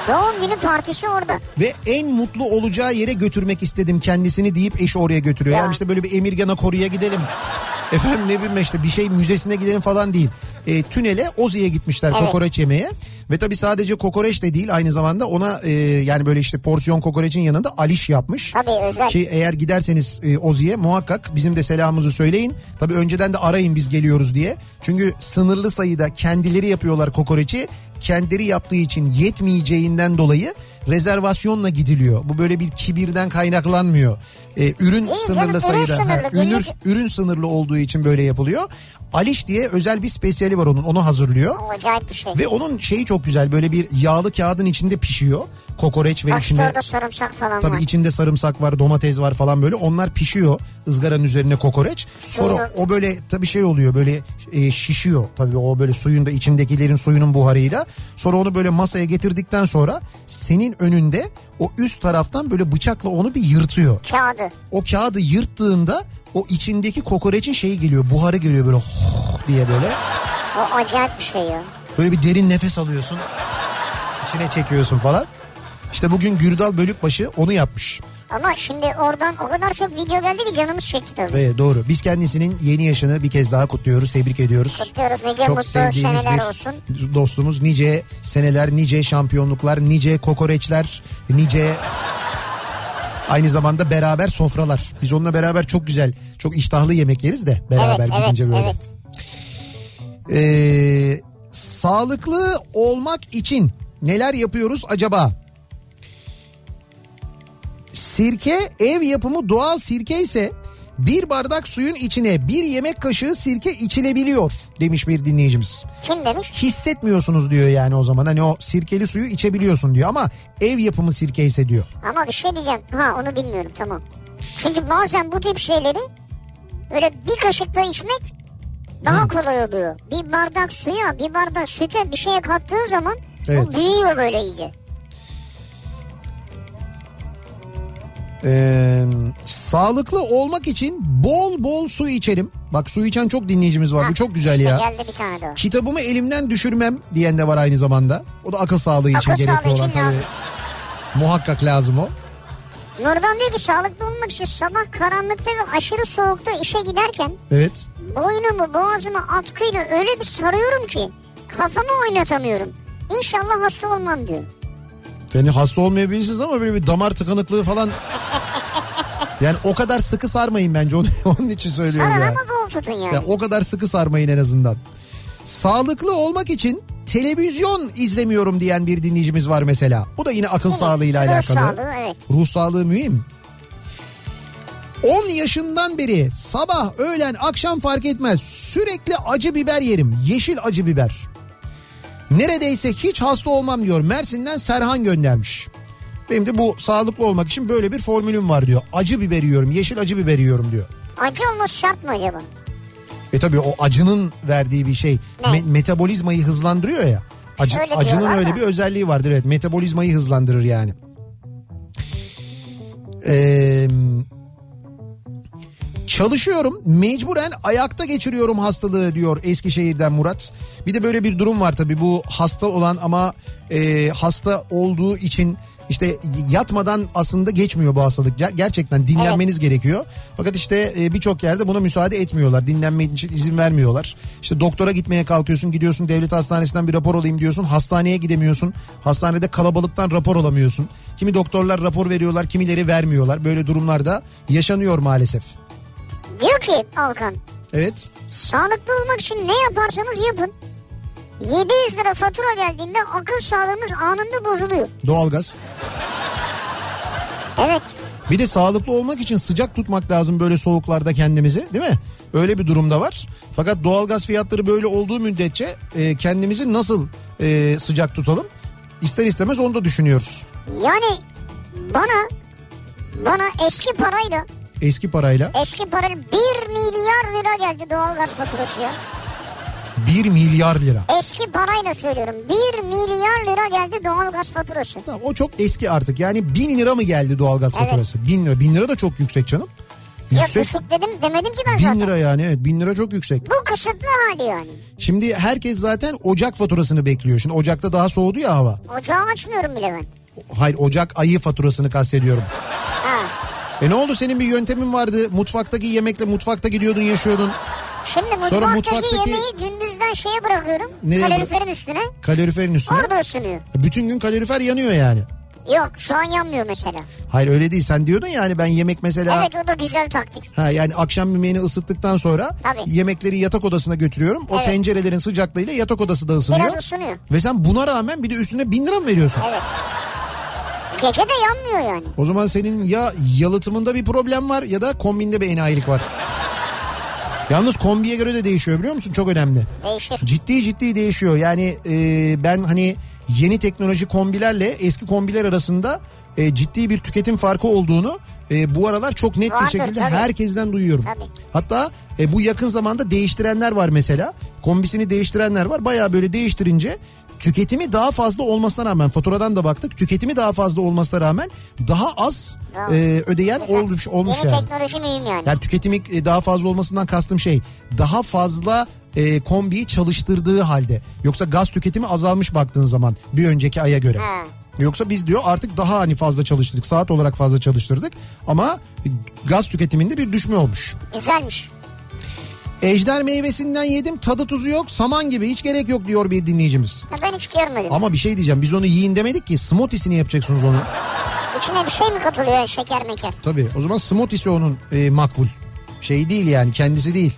Doğum günü partisi orada. Ve en mutlu olacağı yere götürmek istedim kendisini deyip eşi oraya götürüyor. Ya. Yani işte böyle bir Emirgan Akoru'ya gidelim. Efendim ne bileyim işte bir şey müzesine gidelim falan değil. Tünele Ozi'ye gitmişler kokoreç yemeye. Ve tabii sadece kokoreç de değil, aynı zamanda ona yani böyle işte porsiyon kokoreçin yanında aliş yapmış. Tabii özel. Ki eğer giderseniz Ozi'ye muhakkak bizim de selamımızı söyleyin. Tabii önceden de arayın biz geliyoruz diye. Çünkü sınırlı sayıda kendileri yapıyorlar kokoreçi. Kendileri yaptığı için yetmeyeceğinden dolayı rezervasyonla gidiliyor. Bu böyle bir kibirden kaynaklanmıyor. Ürün sınırlı sayıda. Ürün sınırlı olduğu için böyle yapılıyor. Aliş diye özel bir spesiyali var onun. Onu hazırlıyor. O acayip bir şey. Ve onun şeyi çok güzel. Böyle bir yağlı kağıdın içinde pişiyor. Kokoreç ve Başta içinde... orada sarımsak falan var. Tabii içinde sarımsak var, domates var falan böyle. Onlar pişiyor ızgaranın üzerine kokoreç. Sonra o böyle tabii şey oluyor, böyle şişiyor. Tabii o böyle suyun da, içindekilerin suyunun buharıyla. Sonra onu böyle masaya getirdikten sonra senin önünde o üst taraftan böyle bıçakla onu bir yırtıyor. Kağıdı. O kağıdı yırttığında o içindeki kokoreçin şeyi geliyor, buharı geliyor böyle diye böyle. O acayip bir şey ya. Böyle bir derin nefes alıyorsun. İçine çekiyorsun falan. İşte bugün Gürdal Bölükbaşı onu yapmış. Ama şimdi oradan o kadar çok video geldi ki canımız çekti tabii. Evet, doğru. Biz kendisinin yeni yaşını bir kez daha kutluyoruz, tebrik ediyoruz. Kutluyoruz. Nice çok mutlu sevdiğimiz seneler olsun. Dostumuz, nice seneler, nice şampiyonluklar, nice kokoreçler, nice... Aynı zamanda beraber sofralar. Biz onunla beraber çok güzel, çok iştahlı yemek yeriz de beraber gidince böyle. Evet. Sağlıklı olmak için neler yapıyoruz acaba? Sirke ev yapımı doğal sirke ise bir bardak suyun içine bir yemek kaşığı sirke içilebiliyor demiş bir dinleyicimiz. Kim demiş? Hissetmiyorsunuz diyor yani o zaman, hani o sirkeli suyu içebiliyorsun diyor ama ev yapımı sirke ise diyor. Ama bir şey diyeceğim. Onu bilmiyorum, tamam. Çünkü bazen bu tip şeyleri öyle bir kaşıkla içmek daha kolay oluyor. Bir bardak suya, bir bardak süte bir şeye kattığın zaman o büyüyor böyle iyice. Sağlıklı olmak için bol bol su içelim. Bak, su içen çok dinleyicimiz var. Bu çok güzel ya. Geldi bir tane daha. Kitabımı elimden düşürmem diyen de var aynı zamanda. O da akıl sağlığı için gerekli olan tabii. Muhakkak lazım o. Nurdan diyor ki sağlıklı olmak için sabah karanlıkta ve aşırı soğukta işe giderken evet, boynumu boğazıma atkıyla öyle bir sarıyorum ki kafamı oynatamıyorum. İnşallah hasta olmam diyor. Yani hasta olmayabilirsiniz ama böyle bir damar tıkanıklığı falan. Yani o kadar sıkı sarmayın bence, onun için söylüyorum ya. Sarın ama bol tutun yani. Ya o kadar sıkı sarmayın en azından. Sağlıklı olmak için televizyon izlemiyorum diyen bir dinleyicimiz var mesela. Bu da yine akıl sağlığıyla alakalı. Ruh sağlığı, evet. Ruh sağlığı mühim. 10 yaşından beri sabah, öğlen, akşam fark etmez sürekli acı biber yerim. Yeşil acı biber. Neredeyse hiç hasta olmam diyor. Mersin'den Serhan göndermiş. Benim de bu sağlıklı olmak için böyle bir formülüm var diyor. Acı biber yiyorum, yeşil acı biber yiyorum diyor. Acı olması şart mı acaba? Tabii o acının verdiği bir şey. Metabolizmayı hızlandırıyor ya. Acının öyle bir özelliği vardır, evet. Metabolizmayı hızlandırır yani. Çalışıyorum, mecburen ayakta geçiriyorum hastalığı diyor Eskişehir'den Murat. Bir de böyle bir durum var tabii, bu hasta olan ama hasta olduğu için işte yatmadan aslında geçmiyor bu hastalık. Gerçekten dinlenmeniz gerekiyor. Fakat işte birçok yerde buna müsaade etmiyorlar. Dinlenme için izin vermiyorlar. İşte doktora gitmeye kalkıyorsun, gidiyorsun devlet hastanesinden bir rapor alayım diyorsun. Hastaneye gidemiyorsun. Hastanede kalabalıktan rapor alamıyorsun. Kimi doktorlar rapor veriyorlar, kimileri vermiyorlar. Böyle durumlarda yaşanıyor maalesef. Diyor ki Alkan. Evet. Sağlıklı olmak için ne yaparsanız yapın. 700 lira fatura geldiğinde akıl sağlığımız anında bozuluyor. Doğalgaz. Evet. Bir de sağlıklı olmak için sıcak tutmak lazım böyle soğuklarda kendimizi, değil mi? Öyle bir durumda var. Fakat doğalgaz fiyatları böyle olduğu müddetçe kendimizi nasıl sıcak tutalım? İster istemez onu da düşünüyoruz. Yani bana eski parayla 1 milyar lira geldi doğalgaz faturası ya. 1 milyar lira. Eski parayla söylüyorum. 1 milyar lira geldi doğalgaz faturası. Tamam, o çok eski artık. Yani 1000 lira mı geldi doğalgaz faturası? 1000 lira. 1000 lira da çok yüksek canım. Yüksek. Ya düşük demedim ki ben 1000 zaten. lira yani, evet, 1000 lira çok yüksek. Bu kısıtlı hali yani. Şimdi herkes zaten Ocak faturasını bekliyor. Şimdi Ocak'ta daha soğudu ya hava. Ocağı açmıyorum bile ben. Hayır, Ocak ayı faturasını kastediyorum. Ha. Ne oldu, senin bir yöntemin vardı. Mutfaktaki yemekle mutfakta gidiyordun, yaşıyordun. Şimdi Sonra mutfaktaki yemeği gündüzden şeye bırakıyorum. Nereye Kaloriferin üstüne. Kaloriferin üstüne. Orada ısınıyor. Bütün gün kalorifer yanıyor yani. Yok şu an yanmıyor mesela. Hayır öyle değil, sen diyordun yani ben yemek mesela. Evet, o da güzel taktik. Yani akşam yemeğini ısıttıktan sonra Tabii. yemekleri yatak odasına götürüyorum. O Evet. tencerelerin sıcaklığıyla yatak odası da ısınıyor. Biraz ısınıyor. Ve sen buna rağmen bir de üstüne 1000 lira mı veriyorsun? Evet. Gece de yanmıyor yani. O zaman senin ya yalıtımında bir problem var ya da kombinde bir enayilik var. Yalnız kombiye göre de değişiyor, biliyor musun? Çok önemli. Değişir. Ciddi değişiyor. Yani ben hani yeni teknoloji kombilerle eski kombiler arasında ciddi bir tüketim farkı olduğunu bu aralar çok net Vardır, bir şekilde tabii. herkesten duyuyorum. Tabii. Hatta bu yakın zamanda değiştirenler var mesela. Kombisini değiştirenler var. Bayağı böyle değiştirince tüketimi daha fazla olmasına rağmen, faturadan da baktık, tüketimi daha fazla olmasına rağmen daha az ödeyen olmuş Yeni yani. teknoloji mühim yani. Yani tüketimi daha fazla olmasından kastım şey, daha fazla kombiyi çalıştırdığı halde. Yoksa gaz tüketimi azalmış baktığın zaman bir önceki aya göre. Ha. Yoksa biz diyor artık daha hani fazla çalıştırdık, saat olarak fazla çalıştırdık ama gaz tüketiminde bir düşme olmuş. Güzelmiş. Ejder meyvesinden yedim, tadı tuzu yok, saman gibi, hiç gerek yok diyor bir dinleyicimiz. Ben hiç görmedim. Ama bir şey diyeceğim, biz onu yiyin demedik ki, smoothiesini yapacaksınız onu. İçine bir şey mi katılıyor, şeker meker? Tabii, o zaman smoothiesi onun makbul. Şey değil yani, kendisi değil.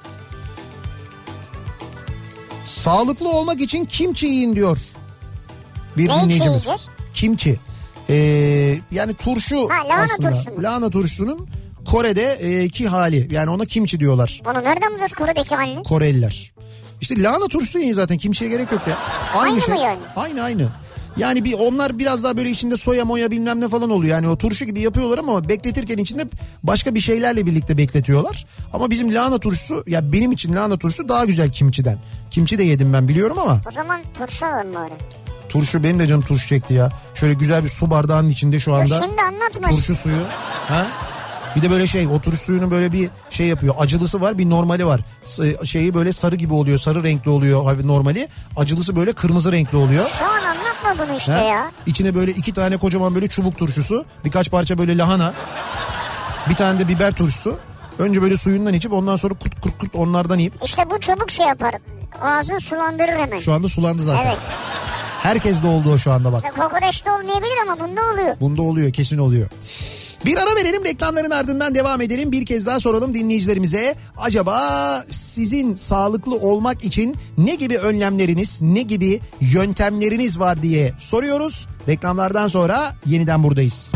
Sağlıklı olmak için kimçi yiyin diyor bir Ne dinleyicimiz. yiyeceğiz? Kimçi. Yani turşu lahana aslında. turşusu mu? Lahana turşusunun Kore'deki hali. Yani ona kimçi diyorlar. Bunu nereden bulacağız Kore'deki halini? Koreliler. İşte lahana turşusu yiyin zaten, kimçiye gerek yok ya. Aynı şey. mı yani? Aynı. Yani onlar biraz daha böyle içinde soya moya bilmem ne falan oluyor. Yani o turşu gibi yapıyorlar ama bekletirken içinde başka bir şeylerle birlikte bekletiyorlar. Ama bizim lahana turşusu, ya benim için lahana turşusu daha güzel kimçiden. Kimçi de yedim ben, biliyorum ama. O zaman turşu alalım bari. Turşu, benim de canım turşu çekti ya. Şöyle güzel bir su bardağının içinde şu anda. Şimdi anlatma. Turşu suyu. Ha? Bir de böyle şey, o turşu suyunu böyle bir şey yapıyor. Acılısı var, bir normali var. Şeyi böyle sarı gibi oluyor, sarı renkli oluyor normali. Acılısı böyle kırmızı renkli oluyor. Şu an anlatma bunu işte ya. İçine böyle 2 tane kocaman böyle çubuk turşusu, birkaç parça böyle lahana, bir tane de biber turşusu. Önce böyle suyundan içip ondan sonra kurt onlardan yiyip. İşte bu çabuk şey yapar. Ağzını sulandırır hemen. Şu anda sulandı zaten. Evet. Herkes de oldu o şu anda bak. Kokoreçte olmayabilir ama bunda oluyor. Bunda oluyor, kesin oluyor. Bir ara verelim, reklamların ardından devam edelim. Bir kez daha soralım dinleyicilerimize. Acaba sizin sağlıklı olmak için ne gibi önlemleriniz, ne gibi yöntemleriniz var diye soruyoruz. Reklamlardan sonra yeniden buradayız.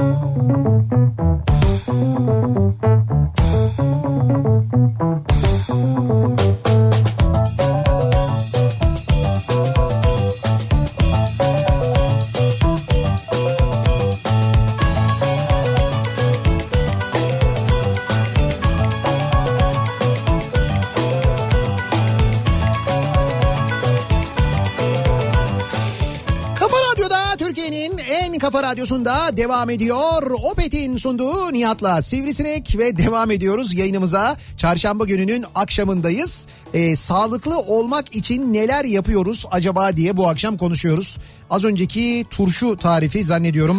Kafa Radyosu'nda devam ediyor. Opet'in sunduğu Nihat'la Sivrisinek ve devam ediyoruz yayınımıza. Çarşamba gününün akşamındayız. Sağlıklı olmak için neler yapıyoruz acaba diye bu akşam konuşuyoruz. Az önceki turşu tarifi zannediyorum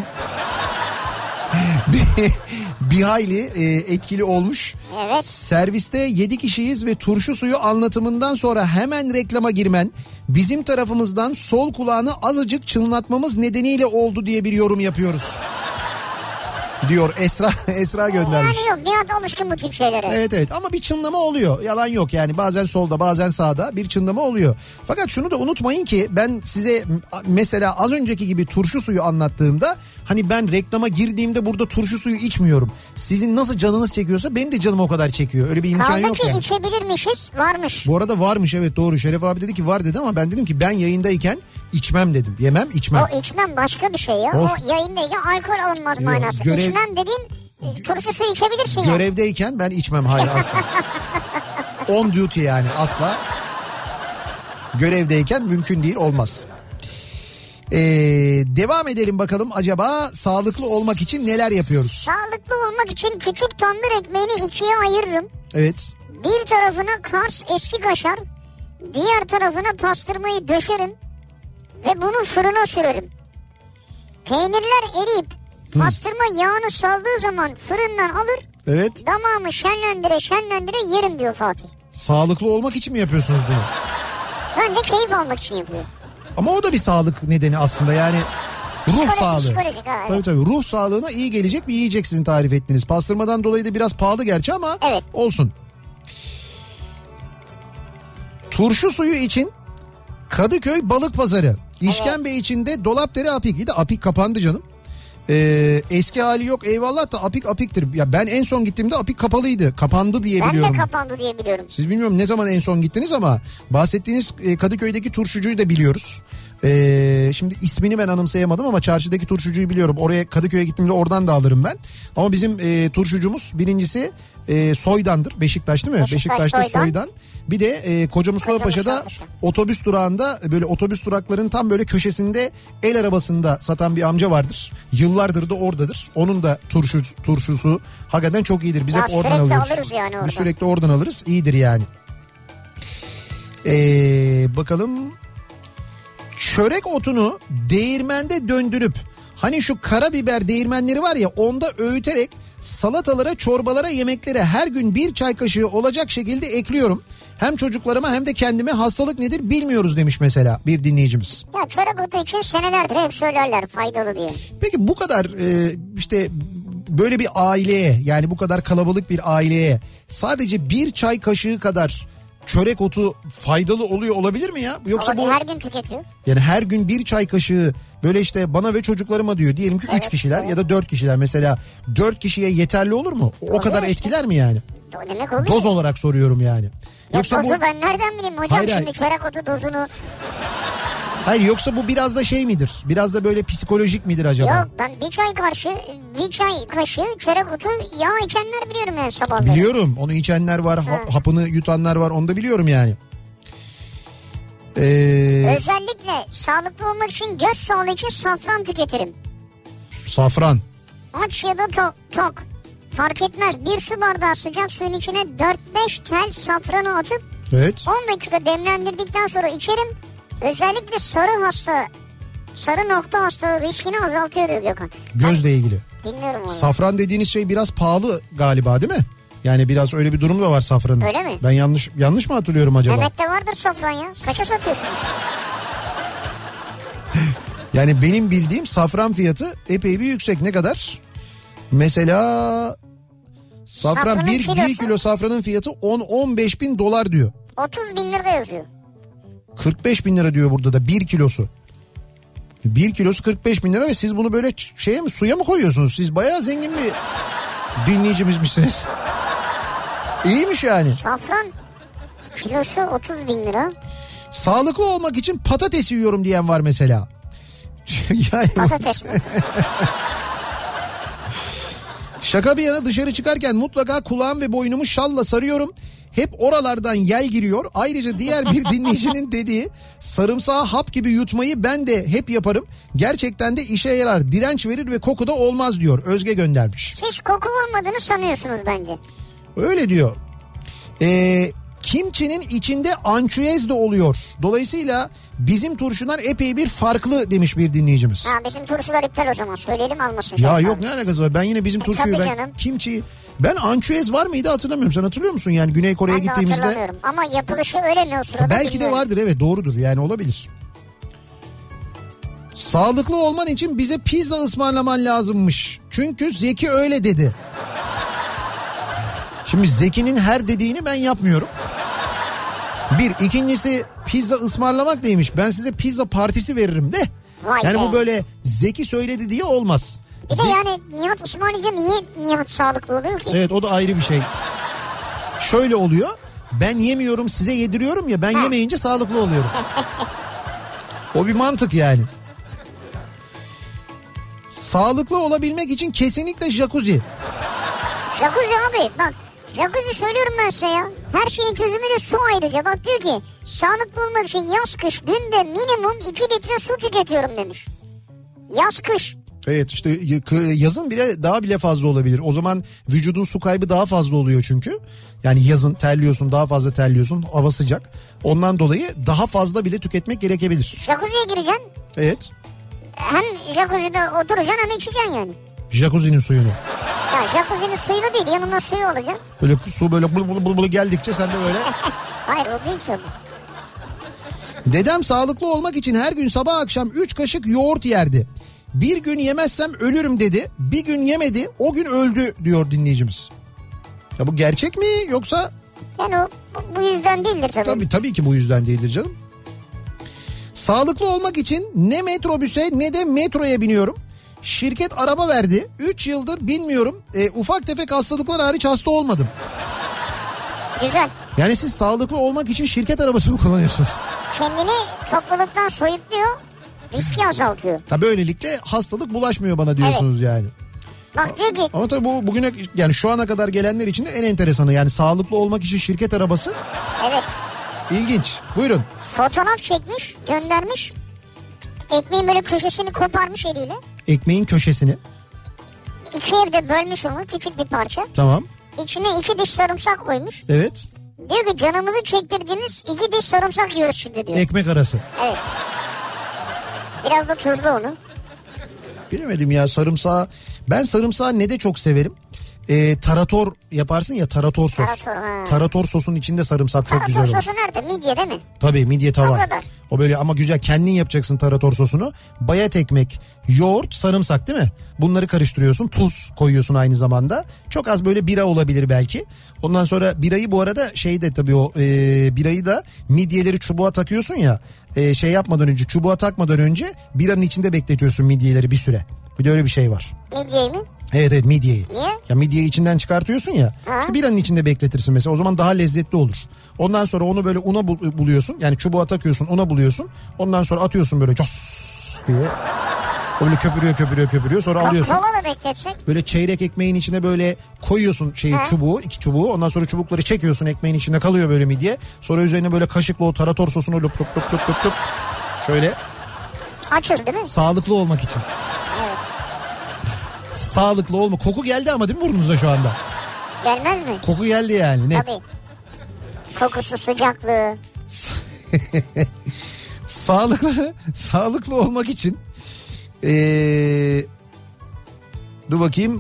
bir hayli etkili olmuş. Evet. Serviste 7 kişiyiz ve turşu suyu anlatımından sonra hemen reklama girmen bizim tarafımızdan sol kulağını azıcık çınlatmamız nedeniyle oldu diye bir yorum yapıyoruz. Diyor Esra göndermiş. Yani yok, Nihat alışkın bu tip şeylere. Evet ama bir çınlama oluyor, yalan yok yani, bazen solda bazen sağda bir çınlama oluyor. Fakat şunu da unutmayın ki ben size mesela az önceki gibi turşu suyu anlattığımda hani ben reklama girdiğimde burada turşu suyu içmiyorum. Sizin nasıl canınız çekiyorsa benim de canım o kadar çekiyor, öyle bir imkan kaldı yok ki yani. içebilirmişiz, varmış. Bu arada varmış, evet doğru, Şeref abi dedi ki var dedi ama ben dedim ki ben yayındayken içmem dedim, yemem içmem. O içmem başka bir şey ya. Olsun. O yayındayken alkol alınmaz Yok, manası. İçmem dediğin turşu suyu içebilirsin ya. Görevdeyken ben içmem, hayır asla. On duty yani, asla. Görevdeyken mümkün değil, olmaz. Devam edelim bakalım, acaba sağlıklı olmak için neler yapıyoruz? Sağlıklı olmak için küçük tandır ekmeğini ikiye ayırırım. Evet. Bir tarafına Kars eski kaşar, diğer tarafına pastırmayı döşerim ve bunu fırına sürerim. Peynirler eriyip pastırma yağını saldığı zaman fırından alır. Evet. Damağımı şenlendire yerim diyor Fatih. Sağlıklı olmak için mi yapıyorsunuz bunu? Bence keyif almak için yapıyor. Ama o da bir sağlık nedeni aslında, yani ruh sağlığı. Psikolojik ha, evet. Tabii ruh sağlığına iyi gelecek bir yiyecek sizin tarif ettiğiniz. Pastırmadan dolayı da biraz pahalı gerçi ama evet, olsun. Turşu suyu için Kadıköy Balıkpazarı. İşkembe evet. içinde Dolapdere Apik. Bir de Apik kapandı canım. Eski hali yok eyvallah da Apik Apik'tir. Ya ben en son gittiğimde Apik kapalıydı. Kapandı diye biliyorum. Ben de kapandı diye biliyorum. Siz bilmiyorum ne zaman en son gittiniz ama bahsettiğiniz Kadıköy'deki turşucuyu da biliyoruz. Şimdi ismini ben anımsayamadım ama çarşıdaki turşucuyu biliyorum. Oraya Kadıköy'e gittiğimde oradan da alırım ben. Ama bizim turşucumuz birincisi Soydan'dır. Beşiktaş değil mi? Beşiktaş'ta Soydan. Bir de Koca Mustafa Paşa'da otobüs durağında, böyle otobüs duraklarının tam böyle köşesinde el arabasında satan bir amca vardır. Yıllardır da oradadır. Onun da turşusu hakikaten çok iyidir. Biz hep oradan alıyoruz. Alırız yani oradan. Biz sürekli oradan alırız. İyidir yani. Bakalım. Çörek otunu değirmende döndürüp, hani şu karabiber değirmenleri var ya, onda öğüterek salatalara, çorbalara, yemeklere her gün bir çay kaşığı olacak şekilde ekliyorum. Hem çocuklarıma hem de kendime, hastalık nedir bilmiyoruz demiş mesela bir dinleyicimiz. Ya çörek otu için senelerdir hep söylerler faydalı diye. Peki bu kadar işte böyle bir aileye, yani bu kadar kalabalık bir aileye sadece bir çay kaşığı kadar çörek otu faydalı oluyor olabilir mi ya? Yoksa ama bu her gün tüketiyor. Yani her gün bir çay kaşığı böyle işte bana ve çocuklarıma diyor. Diyelim ki 3 kişiler ya da 4 kişiler, mesela 4 kişiye yeterli olur mu? O kadar işte etkiler mi yani? Demek oluyor. Doz olarak soruyorum yani. Yoksa dozu ben nereden bileyim hocam, hayır, şimdi çörek otu dozunu. Hayır, yoksa bu biraz da şey midir? Biraz da böyle psikolojik midir acaba? Yok, ben bir çay kaşığı çörek otu yağ içenler biliyorum yani sabahları. Biliyorum, onu içenler var, hapını yutanlar var, onu da biliyorum yani. Özellikle sağlıklı olmak için, göz sağlığı için safran tüketirim. Safran. Aç ya da tok. Fark etmez. Bir su bardağı sıcak suyun içine 4-5 tel safranı atıp evet. 10 dakika demlendirdikten sonra içerim. Özellikle sarı nokta hastalığı riskini azaltıyor diyor Gökhan. Gözle ilgili. Bilmiyorum onu. Safran dediğiniz şey biraz pahalı galiba değil mi? Yani biraz öyle bir durum da var safranın. Öyle mi? Ben yanlış mı hatırlıyorum acaba? Mehmet'te vardır safran ya. Kaça satıyorsunuz? Yani benim bildiğim safran fiyatı epey bir yüksek. Ne kadar? Mesela safran bir kilo safranın fiyatı 10-15 bin dolar diyor. 30 bin lira yazıyor. 45 bin lira diyor burada da 1 kilosu. 1 kilosu 45 bin lira ve siz bunu böyle suya mı koyuyorsunuz? Siz bayağı zengin bir dinleyicimizmişsiniz. İyiymiş yani. Safran kilosu 30 bin lira. Sağlıklı olmak için patates yiyorum diyen var mesela. Yani patates mi? Şaka bir yana, dışarı çıkarken mutlaka kulağım ve boynumu şalla sarıyorum. Hep oralardan yel giriyor. Ayrıca diğer bir dinleyicinin dediği sarımsağı hap gibi yutmayı ben de hep yaparım. Gerçekten de işe yarar. Direnç verir ve koku da olmaz diyor. Özge göndermiş. Siz koku olmadığını sanıyorsunuz bence. Öyle diyor. Kimçinin içinde ançüez de oluyor. Dolayısıyla bizim turşular epey bir farklı demiş bir dinleyicimiz. Ha, bizim turşular iptal o zaman, söyleyelim almasın. Ya yok, ne alakası var? Ben yine bizim turşuyu, kimçi, ben ançüez var mıydı hatırlamıyorum. Sen hatırlıyor musun yani Güney Kore'ye gittiğimizde? Ben hatırlamıyorum ama yapılışı öyle mi o sırada? Belki bilmiyorum. de vardır, evet, doğrudur yani, olabilir. Sağlıklı olman için bize pizza ısmarlaman lazımmış. Çünkü Zeki öyle dedi. Şimdi Zeki'nin her dediğini ben yapmıyorum. Bir, ikincisi pizza ısmarlamak neymiş? Ben size pizza partisi veririm de. Vay yani be. Bu böyle Zeki söyledi diye olmaz. Bir de yani Nihat ısmarlayınca niye Nihat sağlıklı oluyor ki? Evet, o da ayrı bir şey. Şöyle oluyor. Ben yemiyorum, size yediriyorum ya, ben yemeyince sağlıklı oluyorum. O bir mantık yani. Sağlıklı olabilmek için kesinlikle jacuzzi. Jacuzzi abi bak. Jacuzzi söylüyorum ben size ya. Her şeyin çözümü de su ayrıca. Bak diyor ki sağlıklı olmak için yaz kış günde minimum 2 litre su tüketiyorum demiş. Yaz kış. Evet işte yazın bile daha bile fazla olabilir. O zaman vücudun su kaybı daha fazla oluyor çünkü. Yani yazın terliyorsun, daha fazla terliyorsun, hava sıcak. Ondan dolayı daha fazla bile tüketmek gerekebilir. Jacuzziye gireceksin. Evet. Hem jacuzzi'de oturacaksın hem içeceksin yani. Jacuzzi'nin suyunu. Ya jacuzzi'nin suyunu değil, yanında suyu olacak. Böyle su böyle bul bul geldikçe sen de böyle. Hayır o değil tabii. Dedem sağlıklı olmak için her gün sabah akşam 3 kaşık yoğurt yerdi. Bir gün yemezsem ölürüm dedi. Bir gün yemedi, o gün öldü diyor dinleyicimiz. Ya bu gerçek mi yoksa? Yani o bu yüzden değildir tabii. Tabii ki bu yüzden değildir canım. Sağlıklı olmak için ne metrobüse ne de metroya biniyorum. Şirket araba verdi. 3 yıldır binmiyorum. Ufak tefek hastalıklar hariç hasta olmadım. Güzel. Yani siz sağlıklı olmak için şirket arabası mı kullanıyorsunuz? Kendini topluluktan soyutluyor, riski azaltıyor. Ha, böylelikle hastalık bulaşmıyor bana diyorsunuz yani. Bak diyor ki. Ama tabii bu bugüne yani şu ana kadar gelenler için de en enteresanı, yani sağlıklı olmak için şirket arabası. Evet. İlginç. Buyurun. Fotoğraf çekmiş, göndermiş. Ekmeğin böyle köşesini koparmış eliyle. Ekmeğin köşesini. İkiye de bölmüş onu, küçük bir parça. Tamam. İçine 2 diş sarımsak koymuş. Evet. Diyor ki canımızı çektirdiniz, 2 diş sarımsak yiyoruz şimdi diyor. Ekmek arası. Evet. Biraz da tuzlu onu. Bilemedim ya, sarımsağı. Ben sarımsağı ne de çok severim. Tarator yaparsın ya, tarator sos. Tarator sosun içinde sarımsak çok güzel olur. Tarator sosu nerede? Midye değil mi? Tabii midye tava. O kadar. O böyle ama güzel, kendin yapacaksın tarator sosunu. Bayat ekmek, yoğurt, sarımsak değil mi? Bunları karıştırıyorsun. Tuz koyuyorsun aynı zamanda. Çok az böyle bira olabilir belki. Ondan sonra birayı bu arada tabii o birayı da midyeleri çubuğa takıyorsun ya. Yapmadan önce, çubuğa takmadan önce biranın içinde bekletiyorsun midyeleri bir süre. Bir de öyle bir şey var. Midyeyi mi? Evet midyeyi. Niye? Ya midyeyi içinden çıkartıyorsun ya. Ha? İşte biranın içinde bekletirsin mesela. O zaman daha lezzetli olur. Ondan sonra onu böyle una buluyorsun. Yani çubuğa takıyorsun, una buluyorsun. Ondan sonra atıyorsun böyle cos diye. Böyle köpürüyor. Sonra alıyorsun. Kola da bekletsek. Böyle çeyrek ekmeğin içine böyle koyuyorsun çubuğu, 2 çubuğu. Ondan sonra çubukları çekiyorsun, ekmeğin içinde kalıyor böyle midye. Sonra üzerine böyle kaşıkla o tarator sosunu lup. Şöyle. Açız değil mi? Sağlıklı olmak için. Evet. Sağlıklı olma. Koku geldi ama değil mi burnunuza şu anda? Gelmez mi? Koku geldi yani net. Tabii. Kokusu, sıcaklığı. Sağlıklı olmak için dur bakayım.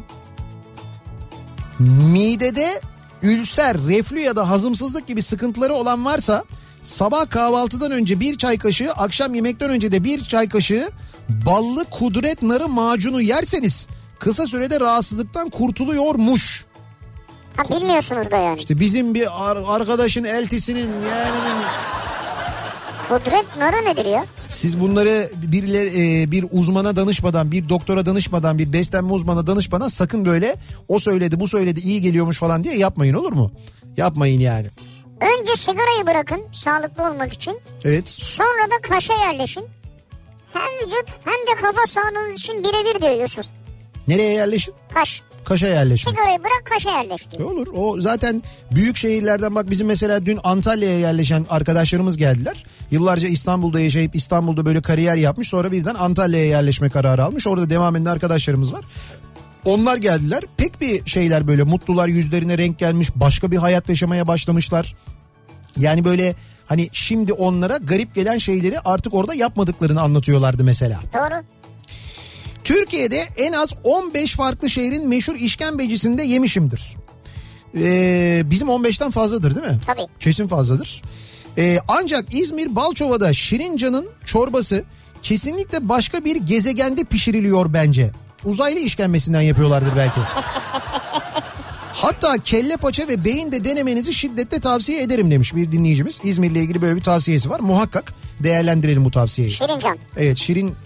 Midede ülser, reflü ya da hazımsızlık gibi sıkıntıları olan varsa sabah kahvaltıdan önce 1 çay kaşığı, akşam yemekten önce de 1 çay kaşığı ballı kudret narı macunu yerseniz kısa sürede rahatsızlıktan kurtuluyormuş. Ha bilmiyorsunuz da yani. İşte bizim bir arkadaşın eltisinin yani... Kudret narı nedir ya? Siz bunları bir uzmana danışmadan, bir doktora danışmadan, bir beslenme uzmanına danışmadan sakın böyle o söyledi bu söyledi iyi geliyormuş falan diye yapmayın, olur mu? Yapmayın yani. Önce sigarayı bırakın sağlıklı olmak için. Evet. Sonra da kaşa yerleşin. Hem vücut hem de kafa sağlığınız için birebir diyor Yusuf. Nereye yerleşin? Kaş. Kaşa yerleşin. Sigarayı bırak, kaşa yerleş diyor. Olur. O zaten büyük şehirlerden, bak bizim mesela dün Antalya'ya yerleşen arkadaşlarımız geldiler. Yıllarca İstanbul'da yaşayıp İstanbul'da böyle kariyer yapmış, sonra birden Antalya'ya yerleşme kararı almış. Orada devam eden arkadaşlarımız var. Onlar geldiler. Pek bir şeyler, böyle mutlular, yüzlerine renk gelmiş, başka bir hayat yaşamaya başlamışlar. Yani böyle hani şimdi onlara garip gelen şeyleri artık orada yapmadıklarını anlatıyorlardı mesela. Doğru. Türkiye'de en az 15 farklı şehrin meşhur işkembecisinde yemişimdir. Bizim 15'ten fazladır değil mi? Tabii. Kesin fazladır. Ancak İzmir Balçova'da Şirincan'ın çorbası kesinlikle başka bir gezegende pişiriliyor bence. Uzaylı işkembesinden yapıyorlardır belki. Hatta kelle paça ve beyin de denemenizi şiddetle tavsiye ederim demiş bir dinleyicimiz. İzmir'le ilgili böyle bir tavsiyesi var. Muhakkak değerlendirelim bu tavsiyeyi. Şirincan. Evet,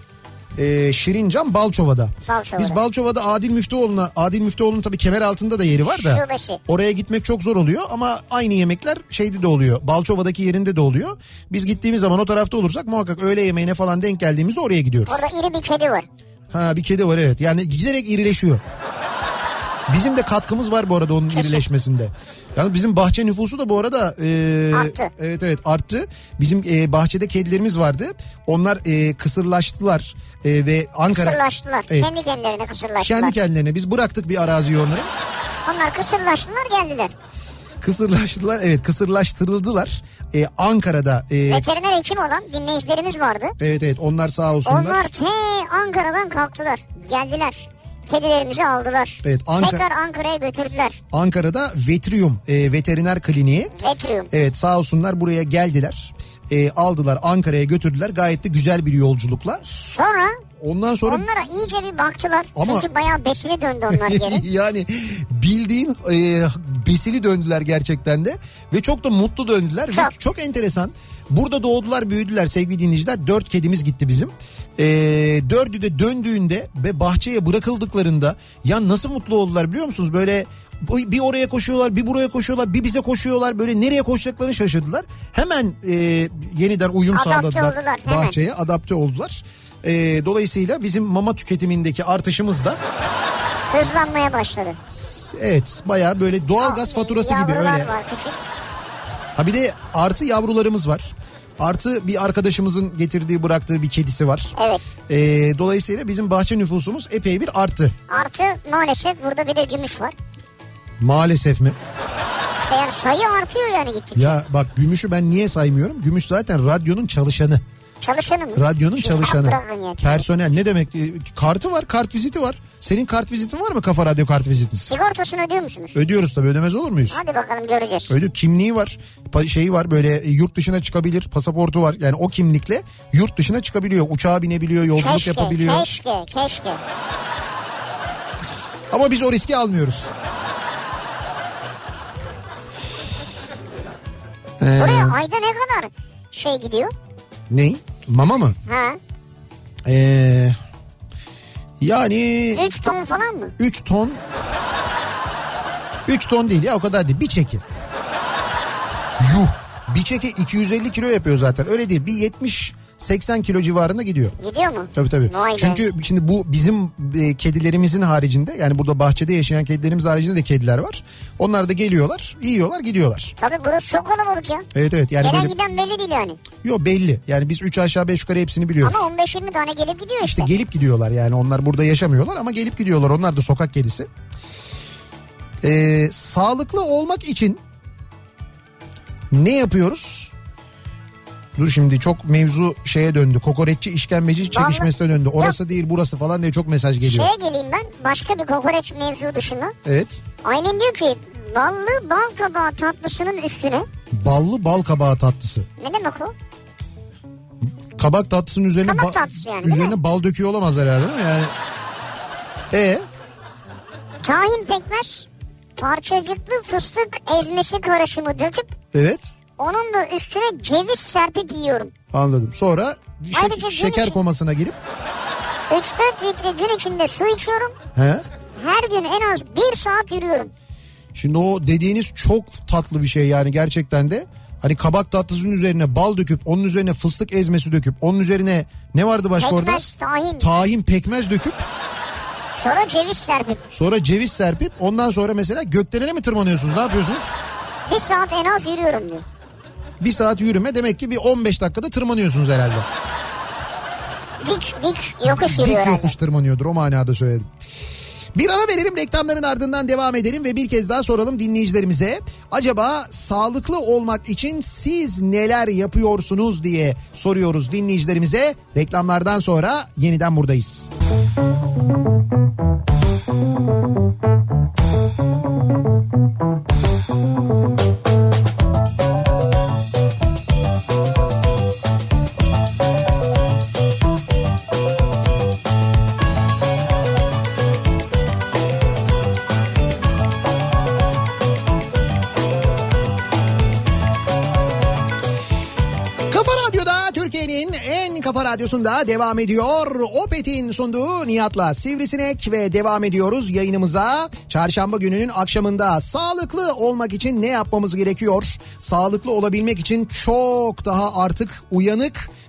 Şirincan Balçova'da. Biz Balçova'da Adil Müftüoğlu'nun tabii kemer altında da yeri var da. Şubesi. Oraya gitmek çok zor oluyor ama aynı yemekler şeyde de oluyor. Balçova'daki yerinde de oluyor. Biz gittiğimiz zaman o tarafta olursak muhakkak öğle yemeğine falan denk geldiğimizde oraya gidiyoruz. Orada iri bir kedi var. Ha, bir kedi var evet. Yani giderek irileşiyor. Bizim de katkımız var bu arada onun irileşmesinde. Yani bizim bahçe nüfusu da bu arada arttı. Evet arttı. Bizim bahçede kedilerimiz vardı. Onlar kısırlaştılar ve Ankara. Kısırlaştılar. Evet. Kendi kendilerine kısırlaştılar. Kendi kendilerine biz bıraktık bir araziyi onları. Onlar kısırlaştılar geldiler. Kısırlaştılar, evet, kısırlaştırıldılar. Ankara'da. Veteriner hekim olan dinleyicilerimiz vardı. Evet onlar sağ olsunlar. Onlar Ankara'dan kalktılar. Geldiler. Kedilerimizi aldılar. Evet, tekrar Ankara'ya götürdüler. Ankara'da Vetrium veteriner kliniği. Vetrium. Evet, sağ olsunlar buraya geldiler. Aldılar, Ankara'ya götürdüler. Gayet de güzel bir yolculukla. Ondan sonra onlara iyice bir baktılar. Ama, çünkü bayağı besini döndü onlar geri. Yani bildiğin besili döndüler gerçekten de. Ve çok da mutlu döndüler. Ve çok enteresan. Burada doğdular, büyüdüler sevgili dinleyiciler. 4 kedimiz gitti bizim. 4'ü de döndüğünde ve bahçeye bırakıldıklarında ya nasıl mutlu oldular biliyor musunuz? Böyle bir oraya koşuyorlar, bir buraya koşuyorlar, bir bize koşuyorlar. Böyle nereye koşacaklarını şaşırdılar. Hemen yeniden uyum sağladılar. Bahçeye adapte oldular. Dolayısıyla bizim mama tüketimindeki artışımız da hızlanmaya başladı. Evet, bayağı böyle doğalgaz faturası gibi öyle. Var küçük. Ha bir de artı yavrularımız var. Artı bir arkadaşımızın getirdiği bıraktığı bir kedisi var. Evet. Dolayısıyla bizim bahçe nüfusumuz epey bir arttı. Artı maalesef burada bir de gümüş var. Maalesef mi? İşte yani sayı artıyor yani gittikçe. Ya bak, gümüşü ben niye saymıyorum? Gümüş zaten radyonun çalışanı. Çalışanı mı? Radyonun çalışanı. Personel ne demek? Kartı var, kart viziti var. Senin kart vizitin var mı, Kafa Radyo kart vizitin? Sigortasını ödüyor musunuz? Ödüyoruz tabii, ödemez olur muyuz? Hadi bakalım göreceğiz. Ödü, kimliği var, şeyi var, böyle yurt dışına çıkabilir, pasaportu var. Yani o kimlikle yurt dışına çıkabiliyor. Uçağa binebiliyor, yolculuk yapabiliyor. Keşke. Ama biz o riski almıyoruz. Buraya ayda ne kadar gidiyor? Ney? Mama mı? Ha. Yani 3 ton falan mı? 3 ton. 3 ton değil ya, o kadar değil. Bir çeki. Yuh. Bir çeki 250 kilo yapıyor zaten. Öyle değil. Bir 70-80 kilo civarında gidiyor. Gidiyor mu? Tabii. Çünkü şimdi bu bizim kedilerimizin haricinde, yani burada bahçede yaşayan kedilerimiz haricinde de kediler var. Onlar da geliyorlar, yiyorlar, gidiyorlar. Tabii burası çok kalabalık ya. Evet. Yani gelen giden belli değil yani. Yok, belli. Yani biz 3 aşağı 5 yukarı hepsini biliyoruz. Ama 15-20 tane gelip gidiyor işte. İşte gelip gidiyorlar yani, onlar burada yaşamıyorlar ama gelip gidiyorlar. Onlar da sokak kedisi. Sağlıklı olmak için ne yapıyoruz? Dur, şimdi çok mevzu şeye döndü. Kokoreççi işkembeci çekişmesine döndü. Orası değil burası falan diye çok mesaj geliyor. Geleyim ben başka bir kokoreç mevzu dışında. Evet. Aylin diyor ki ballı bal kabağı tatlısının üstüne. Ballı bal kabağı tatlısı. Ne demek o? Kabak tatlısının üzerine tatlısı yani, üzerine bal döküyor olamaz herhalde, değil mi? Yani tahin pekmez, parçacıklı fıstık ezmesi karışımı döküp evet. Onun da üstüne ceviz serpip yiyorum. Anladım. Sonra şeker komasına girip 3-4 litre gün içinde su içiyorum. He? Her gün en az 1 saat yürüyorum. Şimdi o dediğiniz çok tatlı bir şey yani, gerçekten de. Hani kabak tatlısının üzerine bal döküp, onun üzerine fıstık ezmesi döküp, onun üzerine ne vardı başka pekmez, orada? Tahin, pekmez döküp. Sonra ceviz serpip. Ondan sonra mesela gökdelene mi tırmanıyorsunuz? Ne yapıyorsunuz? 1 saat en az yürüyorum diyor. 1 saat yürüme demek ki bir 15 dakikada tırmanıyorsunuz herhalde. Dik yokuş yürüyor herhalde. Dik yokuş tırmanıyordur, o manada söyledim. Bir ara verelim, reklamların ardından devam edelim ve bir kez daha soralım dinleyicilerimize. Acaba sağlıklı olmak için siz neler yapıyorsunuz diye soruyoruz dinleyicilerimize. Reklamlardan sonra yeniden buradayız. Kafa Radyosu'nda devam ediyor. Opet'in sunduğu Nihat'la Sivrisinek ve devam ediyoruz yayınımıza. Çarşamba gününün akşamında sağlıklı olmak için ne yapmamız gerekiyor? Sağlıklı olabilmek için çok daha artık uyanık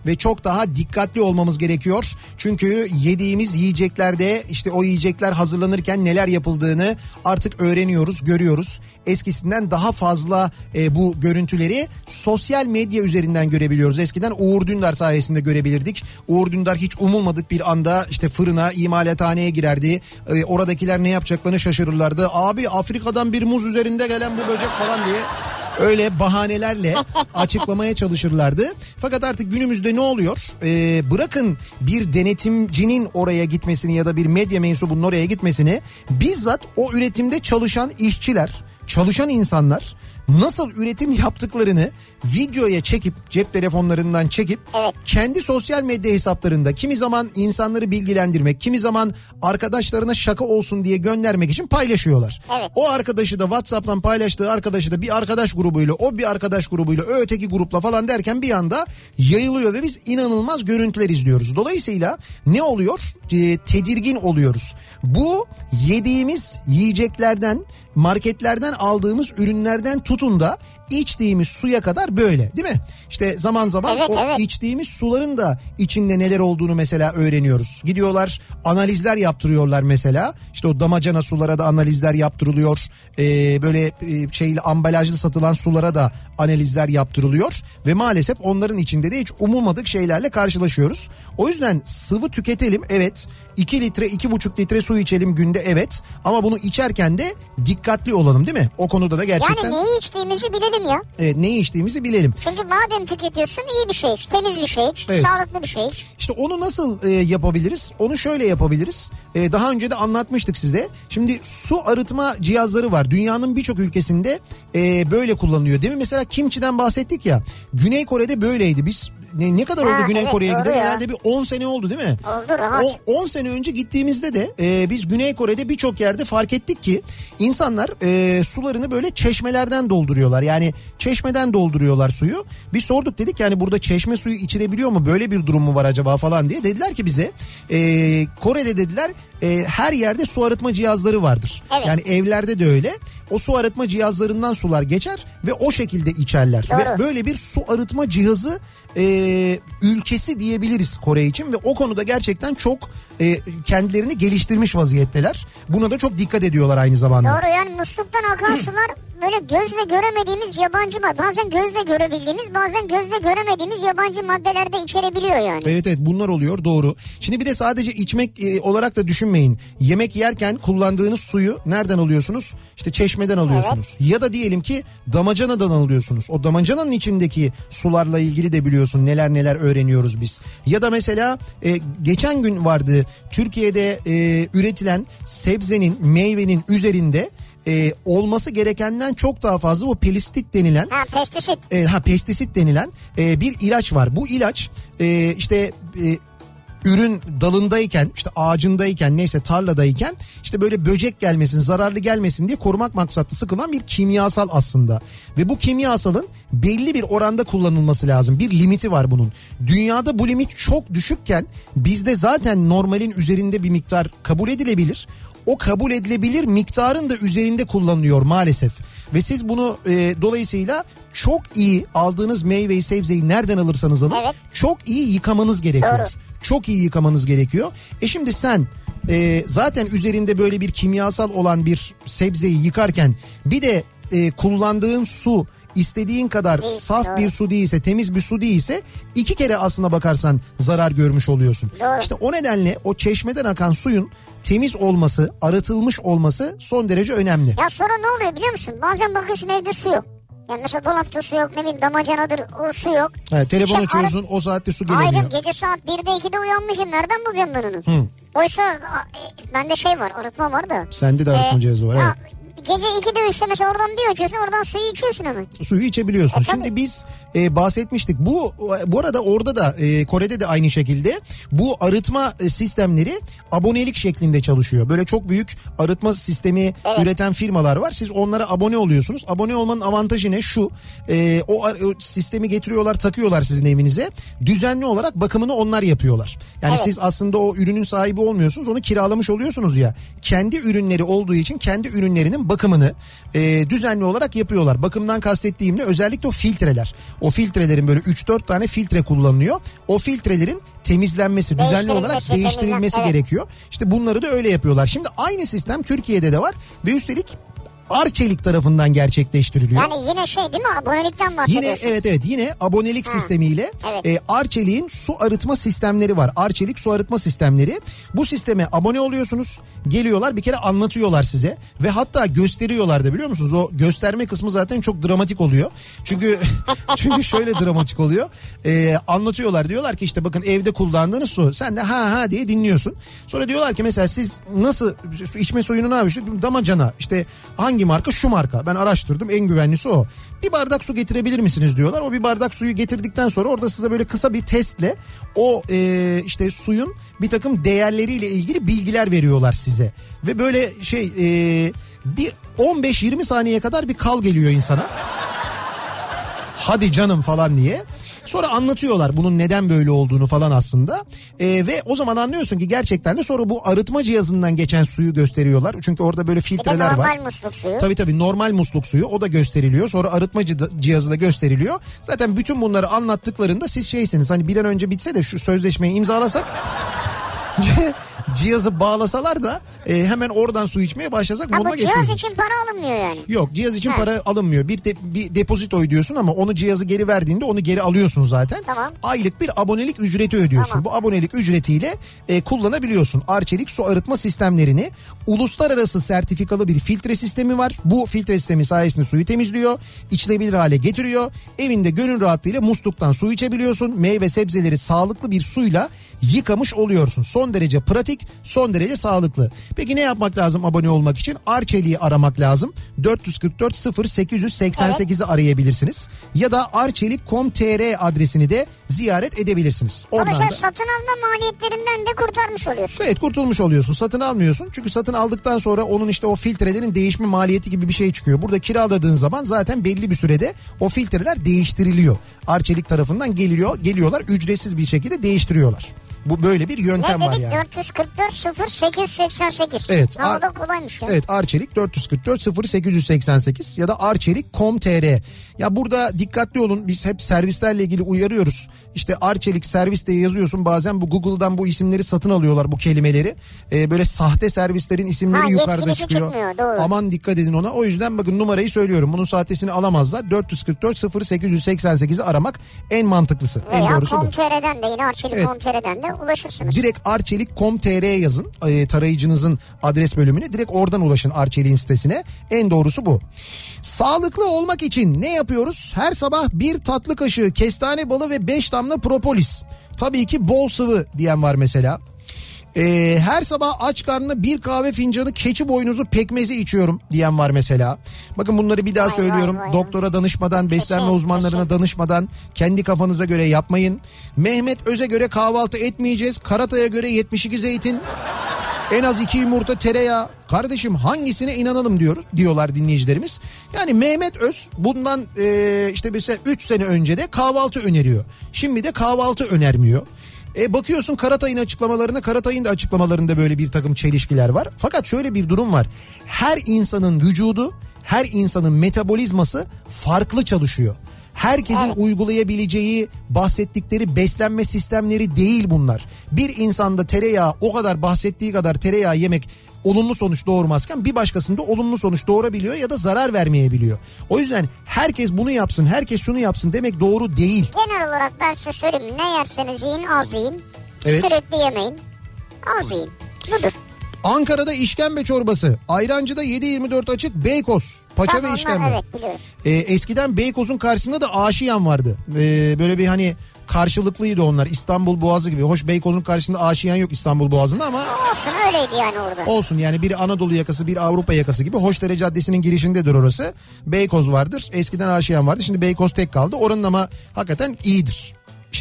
ve çok daha dikkatli olmamız gerekiyor. Çünkü yediğimiz yiyeceklerde işte o yiyecekler hazırlanırken neler yapıldığını artık öğreniyoruz, görüyoruz. Eskisinden daha fazla bu görüntüleri sosyal medya üzerinden görebiliyoruz. Eskiden Uğur Dündar sayesinde görebilirdik. Uğur Dündar hiç umulmadık bir anda işte fırına, imalathaneye girerdi. Oradakiler ne yapacaklarını şaşırırlardı. Abi Afrika'dan bir muz üzerinde gelen bu böcek falan diye öyle bahanelerle açıklamaya çalışırlardı. Fakat artık günümüzde ne oluyor? Bırakın bir denetimcinin oraya gitmesini ya da bir medya mensubunun oraya gitmesini, bizzat o üretimde çalışan işçiler, çalışan insanlar nasıl üretim yaptıklarını videoya çekip, cep telefonlarından çekip kendi sosyal medya hesaplarında kimi zaman insanları bilgilendirmek, kimi zaman arkadaşlarına şaka olsun diye göndermek için paylaşıyorlar. Evet. O arkadaşı da WhatsApp'tan paylaştığı arkadaşı da bir arkadaş grubuyla, o bir arkadaş grubuyla, o öteki grupla falan derken bir anda yayılıyor ve biz inanılmaz görüntüler izliyoruz. Dolayısıyla ne oluyor? Tedirgin oluyoruz. Bu yediğimiz yiyeceklerden, marketlerden aldığımız ürünlerden tutun da içtiğimiz suya kadar böyle, değil mi? İşte zaman zaman içtiğimiz suların da içinde neler olduğunu mesela öğreniyoruz. Gidiyorlar analizler yaptırıyorlar mesela. İşte o damacana sulara da analizler yaptırılıyor. Böyle şeyli ambalajlı satılan sulara da analizler yaptırılıyor. Ve maalesef onların içinde de hiç umulmadık şeylerle karşılaşıyoruz. O yüzden sıvı tüketelim, evet. 2 litre 2,5 litre su içelim günde, evet. Ama bunu içerken de dikkatli olalım, değil mi? O konuda da gerçekten. Yani neyi içtiğimizi bilelim ya. Evet, neyi içtiğimizi bilelim. Çünkü madem tüketiyorsun iyi bir şey iç, temiz bir şey iç, sağlıklı bir şey iç. İşte onu nasıl yapabiliriz? Onu şöyle yapabiliriz. Daha önce de anlatmıştık size. Şimdi su arıtma cihazları var. Dünyanın birçok ülkesinde böyle kullanılıyor, değil mi? Mesela kimçiden bahsettik ya. Güney Kore'de böyleydi. Biz ne kadar oldu Güney Kore'ye gideli? Herhalde bir 10 sene oldu, değil mi? Oldu rahat. 10 sene önce gittiğimizde de biz Güney Kore'de birçok yerde fark ettik ki insanlar sularını böyle çeşmelerden dolduruyorlar. Yani çeşmeden dolduruyorlar suyu. Biz sorduk, dedik yani burada çeşme suyu içilebiliyor mu? Böyle bir durum mu var acaba falan diye. Dediler ki bize Kore'de dediler her yerde su arıtma cihazları vardır. Evet. Yani evlerde de öyle. O su arıtma cihazlarından sular geçer ve o şekilde içerler. Doğru. Ve böyle bir su arıtma cihazı ülkesi diyebiliriz Kore için ve o konuda gerçekten çok kendilerini geliştirmiş vaziyetteler. Buna da çok dikkat ediyorlar aynı zamanda. Doğru, yani musluktan akan sular böyle gözle göremediğimiz yabancı bazen gözle görebildiğimiz, bazen gözle göremediğimiz yabancı maddeler de içerebiliyor yani. Evet bunlar oluyor, doğru. Şimdi bir de sadece içmek olarak da düşünmeyin. Yemek yerken kullandığınız suyu nereden alıyorsunuz? İşte çeşmeden alıyorsunuz. Evet. Ya da diyelim ki damacanadan alıyorsunuz. O damacananın içindeki sularla ilgili de biliyorsun neler öğreniyoruz biz. Ya da mesela geçen gün vardı Türkiye'de üretilen sebzenin, meyvenin üzerinde olması gerekenden çok daha fazla o pestisit denilen pestisit denilen bir ilaç var. Bu ilaç işte ürün dalındayken, işte ağacındayken, neyse tarladayken işte böyle böcek gelmesin, zararlı gelmesin diye korumak maksatlı sıkılan bir kimyasal aslında. Ve bu kimyasalın belli bir oranda kullanılması lazım. Bir limiti var bunun. Dünyada bu limit çok düşükken bizde zaten normalin üzerinde bir miktar kabul edilebilir. O kabul edilebilir miktarın da üzerinde kullanılıyor maalesef. Ve siz bunu dolayısıyla çok iyi aldığınız meyveyi, sebzeyi nereden alırsanız alın çok iyi yıkamanız gerekiyor. Doğru. Çok iyi yıkamanız gerekiyor. Şimdi sen zaten üzerinde böyle bir kimyasal olan bir sebzeyi yıkarken bir de kullandığın su istediğin kadar saf bir su değilse, temiz bir su değilse 2 kere aslına bakarsan zarar görmüş oluyorsun. Doğru. İşte o nedenle o çeşmeden akan suyun temiz olması, arıtılmış olması son derece önemli. Ya sonra ne oluyor biliyor musun? Bazen bakıyorsun evde su yok. Yani mesela dolapta su yok, ne bileyim damacanadır, o su yok. Telefon açıyorsun, o saatte su gelemiyor. Hayır, gece saat 1'de 2'de uyanmışım, nereden bulacağım ben onu? Oysa bende var, arıtma var da. Sende de arıtma cihazı var, evet. Gece 2'de 3'te mesela oradan bir açıyorsun, oradan suyu içiyorsun hemen. Suyu içebiliyorsun. Şimdi biz bahsetmiştik. Bu arada orada da Kore'de de aynı şekilde bu arıtma sistemleri abonelik şeklinde çalışıyor. Böyle çok büyük arıtma sistemi üreten firmalar var. Siz onlara abone oluyorsunuz. Abone olmanın avantajı ne? Şu, o sistemi getiriyorlar, takıyorlar sizin evinize. Düzenli olarak bakımını onlar yapıyorlar. Yani siz aslında o ürünün sahibi olmuyorsunuz. Onu kiralamış oluyorsunuz ya. Kendi ürünleri olduğu için kendi ürünlerinin bakımını düzenli olarak yapıyorlar. Bakımdan kastettiğim ne? Özellikle o filtreler. O filtrelerin böyle 3-4 tane filtre kullanılıyor. O filtrelerin temizlenmesi, düzenli olarak değiştirilmesi gerekiyor. İşte bunları da öyle yapıyorlar. Şimdi aynı sistem Türkiye'de de var ve üstelik Arçelik tarafından gerçekleştiriliyor. Yani yine şey değil mi, abonelikten bahsediyorsun? Evet yine abonelik sistemiyle Arçelik'in su arıtma sistemleri var. Arçelik su arıtma sistemleri. Bu sisteme abone oluyorsunuz. Geliyorlar bir kere anlatıyorlar size ve hatta gösteriyorlar da, biliyor musunuz? O gösterme kısmı zaten çok dramatik oluyor. Çünkü şöyle dramatik oluyor. Anlatıyorlar, diyorlar ki işte bakın evde kullandığınız su. Sen de ha diye dinliyorsun. Sonra diyorlar ki mesela siz nasıl içme suyunu ne yapıyorsunuz? Damacana işte hangi marka? Şu marka. Ben araştırdım, en güvenlisi o. Bir bardak su getirebilir misiniz diyorlar. O bir bardak suyu getirdikten sonra orada size böyle kısa bir testle o işte suyun bir takım değerleriyle ilgili bilgiler veriyorlar size. Ve böyle bir 15-20 saniye kadar bir kal geliyor insana. Hadi canım falan diye. Sonra anlatıyorlar bunun neden böyle olduğunu falan aslında. Ve o zaman anlıyorsun ki gerçekten de sonra bu arıtma cihazından geçen suyu gösteriyorlar. Çünkü orada böyle filtreler var. Normal musluk suyu. Tabii normal musluk suyu, o da gösteriliyor. Sonra arıtma cihazı da gösteriliyor. Zaten bütün bunları anlattıklarında siz şeysiniz, hani bir an önce bitse de şu sözleşmeyi imzalasak... cihazı bağlasalar da hemen oradan su içmeye başlasak moduna geçiyoruz. Ama cihaz için para alınmıyor yani. Yok, cihaz için para alınmıyor. Bir depozito ödüyorsun ama onu cihazı geri verdiğinde onu geri alıyorsun zaten. Tamam. Aylık bir abonelik ücreti ödüyorsun. Tamam. Bu abonelik ücretiyle kullanabiliyorsun. Arçelik su arıtma sistemlerini, uluslararası sertifikalı bir filtre sistemi var. Bu filtre sistemi sayesinde suyu temizliyor, içilebilir hale getiriyor. Evinde gönül rahatlığıyla musluktan su içebiliyorsun. Meyve sebzeleri sağlıklı bir suyla yıkamış oluyorsun. Son derece pratik, son derece sağlıklı. Peki ne yapmak lazım abone olmak için? Arçelik'i aramak lazım. 444 0888'i arayabilirsiniz. Ya da arçelik.com.tr adresini de ziyaret edebilirsiniz. Oradan da satın alma maliyetlerinden de kurtarmış oluyorsun. Evet, kurtulmuş oluyorsun. Satın almıyorsun. Çünkü satın aldıktan sonra onun işte o filtrelerin değişme maliyeti gibi bir şey çıkıyor. Burada kiraladığın zaman zaten belli bir sürede o filtreler değiştiriliyor. Arçelik tarafından geliyorlar ücretsiz bir şekilde değiştiriyorlar. Bu böyle bir yöntem var yani. 444 0888. Evet. O da kolaymış ya. Evet, Arçelik 444 0888 ya da arçelik.com.tr. Ya burada dikkatli olun, biz hep servislerle ilgili uyarıyoruz. İşte Arçelik servis diye yazıyorsun, bazen bu Google'dan bu isimleri satın alıyorlar, bu kelimeleri. Böyle sahte servislerin isimleri yukarıda çıkıyor. Aman dikkat edin ona. O yüzden bakın numarayı söylüyorum. Bunun sahtesini alamazlar. 444 0888'i aramak en mantıklısı. Veya en doğrusu bu. Com.tr'den de yine Arçelik.com.tr'den de ulaşırsınız. Direkt arçelik.com.tr yazın tarayıcınızın adres bölümüne, direkt oradan ulaşın Arçelik'in sitesine. En doğrusu bu. Sağlıklı olmak için ne yapıyoruz? Her sabah bir tatlı kaşığı kestane balı ve 5 damla propolis. Tabii ki bol sıvı diyen var mesela. Her sabah aç karnına bir kahve fincanı keçi boynuzu pekmezi içiyorum diyen var mesela. Bakın bunları bir daha söylüyorum. Doktora danışmadan, beslenme uzmanlarına danışmadan, kendi kafanıza göre yapmayın. Mehmet Öz'e göre kahvaltı etmeyeceğiz. Karatay'a göre 72 zeytin, en az 2 yumurta, tereyağı. Kardeşim hangisine inanalım diyorlar dinleyicilerimiz. Yani Mehmet Öz bundan işte mesela 3 sene önce de kahvaltı öneriyor. Şimdi de kahvaltı önermiyor. Bakıyorsun Karatay'ın açıklamalarına, Karatay'ın da açıklamalarında böyle bir takım çelişkiler var. Fakat şöyle bir durum var. Her insanın vücudu, her insanın metabolizması farklı çalışıyor. Herkesin uygulayabileceği, bahsettikleri beslenme sistemleri değil bunlar. Bir insanda tereyağı, o kadar bahsettiği kadar tereyağı yemek olumlu sonuç doğurmazken bir başkasında olumlu sonuç doğurabiliyor ya da zarar vermeyebiliyor. O yüzden herkes bunu yapsın, herkes şunu yapsın demek doğru değil. Genel olarak ben size söyleyeyim, ne yerseniz yiyin, az yiyin. Evet. Sürekli yemeyin, az yiyin. Budur. Ankara'da işkembe çorbası, Ayrancı'da 7/24 açık Beykoz, paça ve işkembe. Evet, biliyorum. Eskiden Beykoz'un karşısında da Aşiyan vardı. Böyle bir hani karşılıklıydı onlar, İstanbul Boğazı gibi. Hoş Beykoz'un karşısında Aşiyan yok İstanbul Boğazı'nda ama. Olsun, öyleydi yani orada. Olsun yani, biri Anadolu yakası, bir Avrupa yakası gibi. Hoşdere Caddesi'nin girişindedir orası. Beykoz vardır. Eskiden Aşiyan vardı. Şimdi Beykoz tek kaldı. Oranın ama hakikaten iyidir.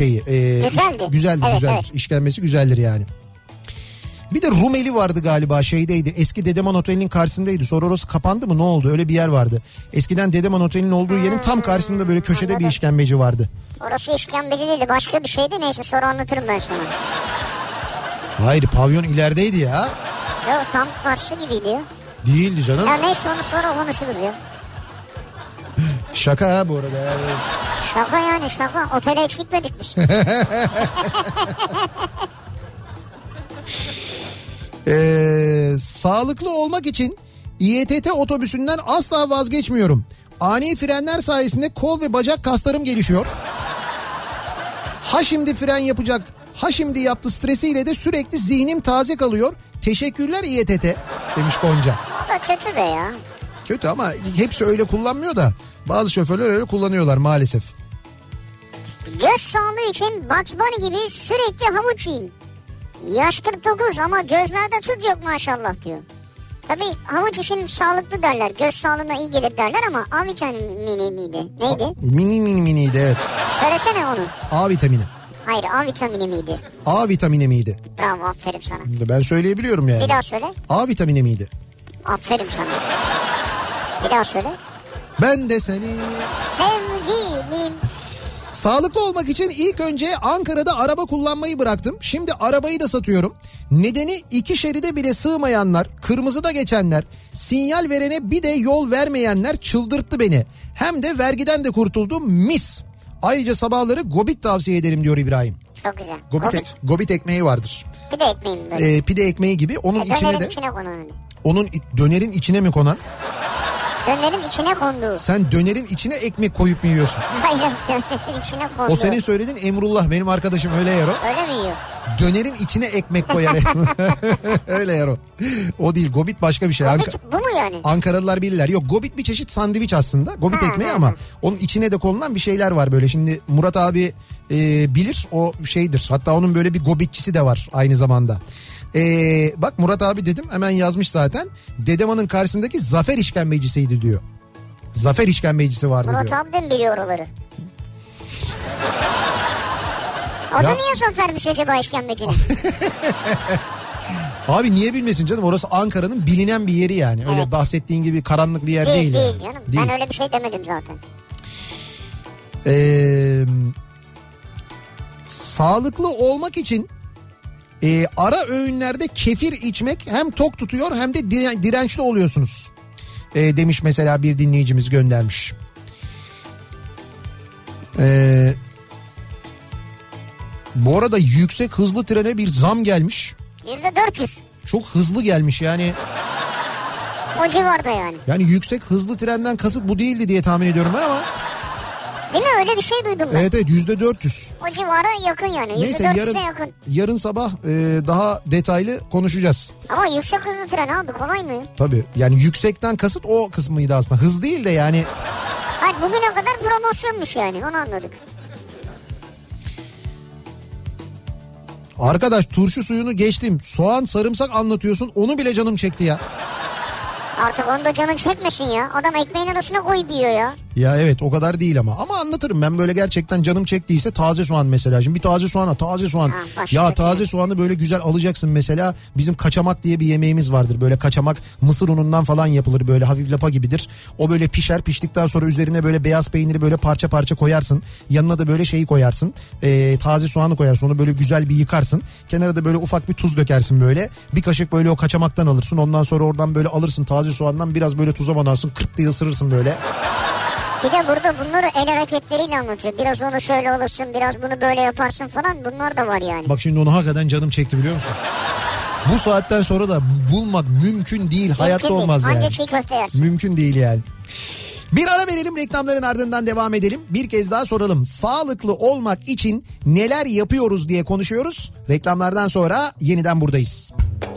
Güzeldir. Evet. İşkembesi güzeldir yani. Bir de Rumeli vardı galiba, şeydeydi. Eski Dedeman Oteli'nin karşısındaydı. Sonra orası kapandı mı, ne oldu? Öyle bir yer vardı. Eskiden Dedeman Oteli'nin olduğu yerin tam karşısında böyle köşede bir işkembeci vardı. Orası işkembeci değildi, başka bir şeydi, neyse sonra anlatırım ben sana. Hayır, pavyon ilerideydi ya. Yok, tam karşı gibiydi ya. Değildi canım. Ya neyse onu sonra konuşuruz ya. Şaka ha bu arada. Şaka yani şaka. Otele hiç gitmedik biz. Sağlıklı olmak için İETT otobüsünden asla vazgeçmiyorum. Ani frenler sayesinde kol ve bacak kaslarım gelişiyor. Ha şimdi fren yapacak, ha şimdi yaptı stresiyle de sürekli zihnim taze kalıyor. Teşekkürler İETT demiş Gonca. O da kötü be ya. Kötü ama hepsi öyle kullanmıyor da bazı şoförler öyle kullanıyorlar maalesef. Göz sağlığı için Bugs Bunny gibi sürekli havuç yiyin. Yaş 49 ama gözlerde tüp yok maşallah diyor. Tabii havuç için sağlıklı derler. Göz sağlığına iyi gelir derler ama A vitamini miydi? Neydi? Miniydi evet. Söylesene onu. A vitamini. Hayır A vitamini miydi? A vitamini miydi? Bravo aferin sana. Ben söyleyebiliyorum yani. Bir daha söyle. A vitamini miydi? Aferin sana. Bir daha söyle. Ben de seni... Sevgilim. Sağlıklı olmak için ilk önce Ankara'da araba kullanmayı bıraktım. Şimdi arabayı da satıyorum. Nedeni 2 şeride bile sığmayanlar, kırmızıda geçenler, sinyal verene bir de yol vermeyenler çıldırttı beni. Hem de vergiden de kurtuldum mis. Ayrıca sabahları gobit tavsiye ederim diyor İbrahim. Çok güzel. Gobit ekmeği vardır. Pide ekmeği mi böyle? Pide ekmeği gibi onun içine de... içine konan. Onun dönerin içine mi konan? Dönerin içine konduğu. Sen dönerin içine ekmek koyup mu yiyorsun? Hayır dönerin içine konduğu. O senin söylediğin Emrullah benim arkadaşım öyle yer o. Öyle mi yiyor? Dönerin içine ekmek koyar. Öyle yer o. O değil gobit başka bir şey. Gobit bu mu yani? Ankaralılar bilirler. Yok gobit bir çeşit sandviç aslında. Gobit ekmeği ama onun içine de konulan bir şeyler var böyle. Şimdi Murat abi bilir o şeydir. Hatta onun böyle bir gobitçisi de var aynı zamanda. Bak Murat abi dedim hemen yazmış zaten. Dedeman'ın karşısındaki Zafer işkembecisiydi diyor. Zafer işkembecisi vardı Murat diyor. abi de mi biliyor oraları? Adı niye Zafer'miş acaba işkembecinin? Abi niye bilmesin canım, orası Ankara'nın bilinen bir yeri yani. Öyle evet. Bahsettiğin gibi karanlık bir yer değil. Değil yani. canım. Değil. Ben öyle bir şey demedim zaten. Sağlıklı olmak için ara öğünlerde kefir içmek hem tok tutuyor hem de dirençli oluyorsunuz. Demiş mesela bir dinleyicimiz göndermiş. Bu arada yüksek hızlı trene bir zam gelmiş. %400. Çok hızlı gelmiş yani. O civarda yani. Yani yüksek hızlı trenden kasıt bu değildi diye tahmin ediyorum ben ama. Değil mi? Öyle bir şey duydum ben. Evet %400. O civara yakın yani. Neyse yakın. Yarın sabah daha detaylı konuşacağız. Ama yüksek hızlı tren abi kolay mı? Tabii yani yüksekten kasıt o kısmıydı aslında. Hız değil de yani. Hayır bugüne kadar promosyonmuş yani onu anladık. Arkadaş turşu suyunu geçtim. Soğan sarımsak anlatıyorsun, onu bile canım çekti ya. Artık onu da canın çekmesin ya. Adam ekmeğin arasına koyup yiyor ya. Ya evet o kadar değil ama anlatırım ben böyle gerçekten canım çektiyse taze soğan mesela. Şimdi bir taze soğan. Ya taze soğanı böyle güzel alacaksın mesela. Bizim kaçamak diye bir yemeğimiz vardır. Böyle kaçamak mısır unundan falan yapılır, böyle hafif lapa gibidir. O böyle piştikten sonra üzerine böyle beyaz peyniri böyle parça parça koyarsın. Yanına da böyle şeyi koyarsın. Taze soğanı koyarsın, onu böyle güzel bir yıkarsın. Kenara da böyle ufak bir tuz dökersin böyle. Bir kaşık böyle o kaçamaktan alırsın. Ondan sonra oradan böyle alırsın taze soğandan biraz böyle tuza banarsın. Kırt diye ısırırsın böyle. Bir de burada bunları el hareketleriyle anlatıyor. Biraz onu şöyle alırsın, biraz bunu böyle yaparsın falan. Bunlar da var yani. Bak şimdi onu hakikaten canım çekti biliyor musun? Bu saatten sonra da bulmak mümkün değil. Hayatta değil. Olmaz yani. Anca çiğ köfte yersin. Mümkün değil yani. Bir ara verelim, reklamların ardından devam edelim. Bir kez daha soralım. Sağlıklı olmak için neler yapıyoruz diye konuşuyoruz. Reklamlardan sonra yeniden buradayız.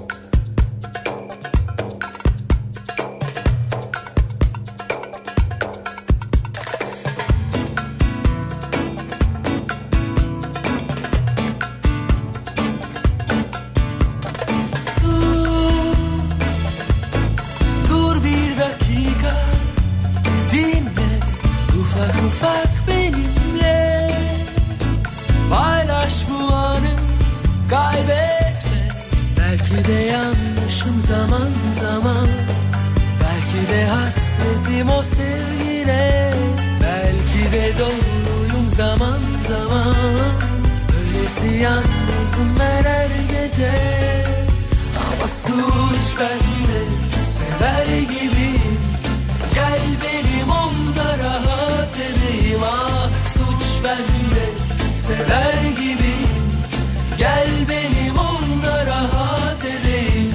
Belki de yanlışım zaman zaman, belki de hasretim o sevgine, belki de doğruyum zaman zaman. Öylesi yalnızım ben her gece, ama suç bende, sever gibiyim. Gel benim onda rahat edeyim. Ah suç bende, sever gibiyim. Gel benim onda rahat edeyim.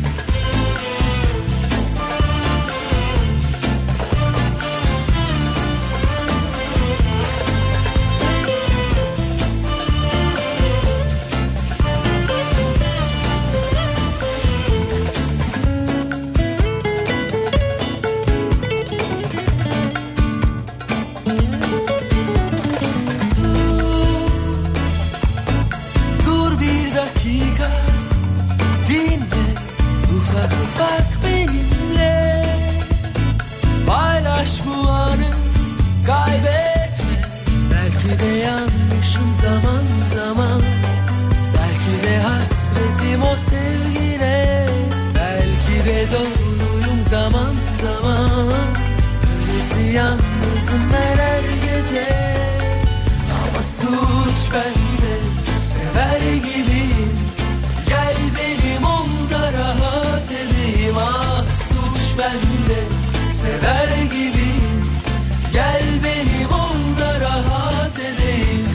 Bak benimle, paylaş bu anı, kaybetme. Belki de yanlışım zaman zaman, belki de hasretim o sevgine, belki de doğruyum zaman zaman. Öylesi yalnızım ben her gece, ama suç bende, sever gibiyim. Gel benim onda rahat edeyim. Ah suç bende, sever gibiyim. Gel benim onda rahat edeyim.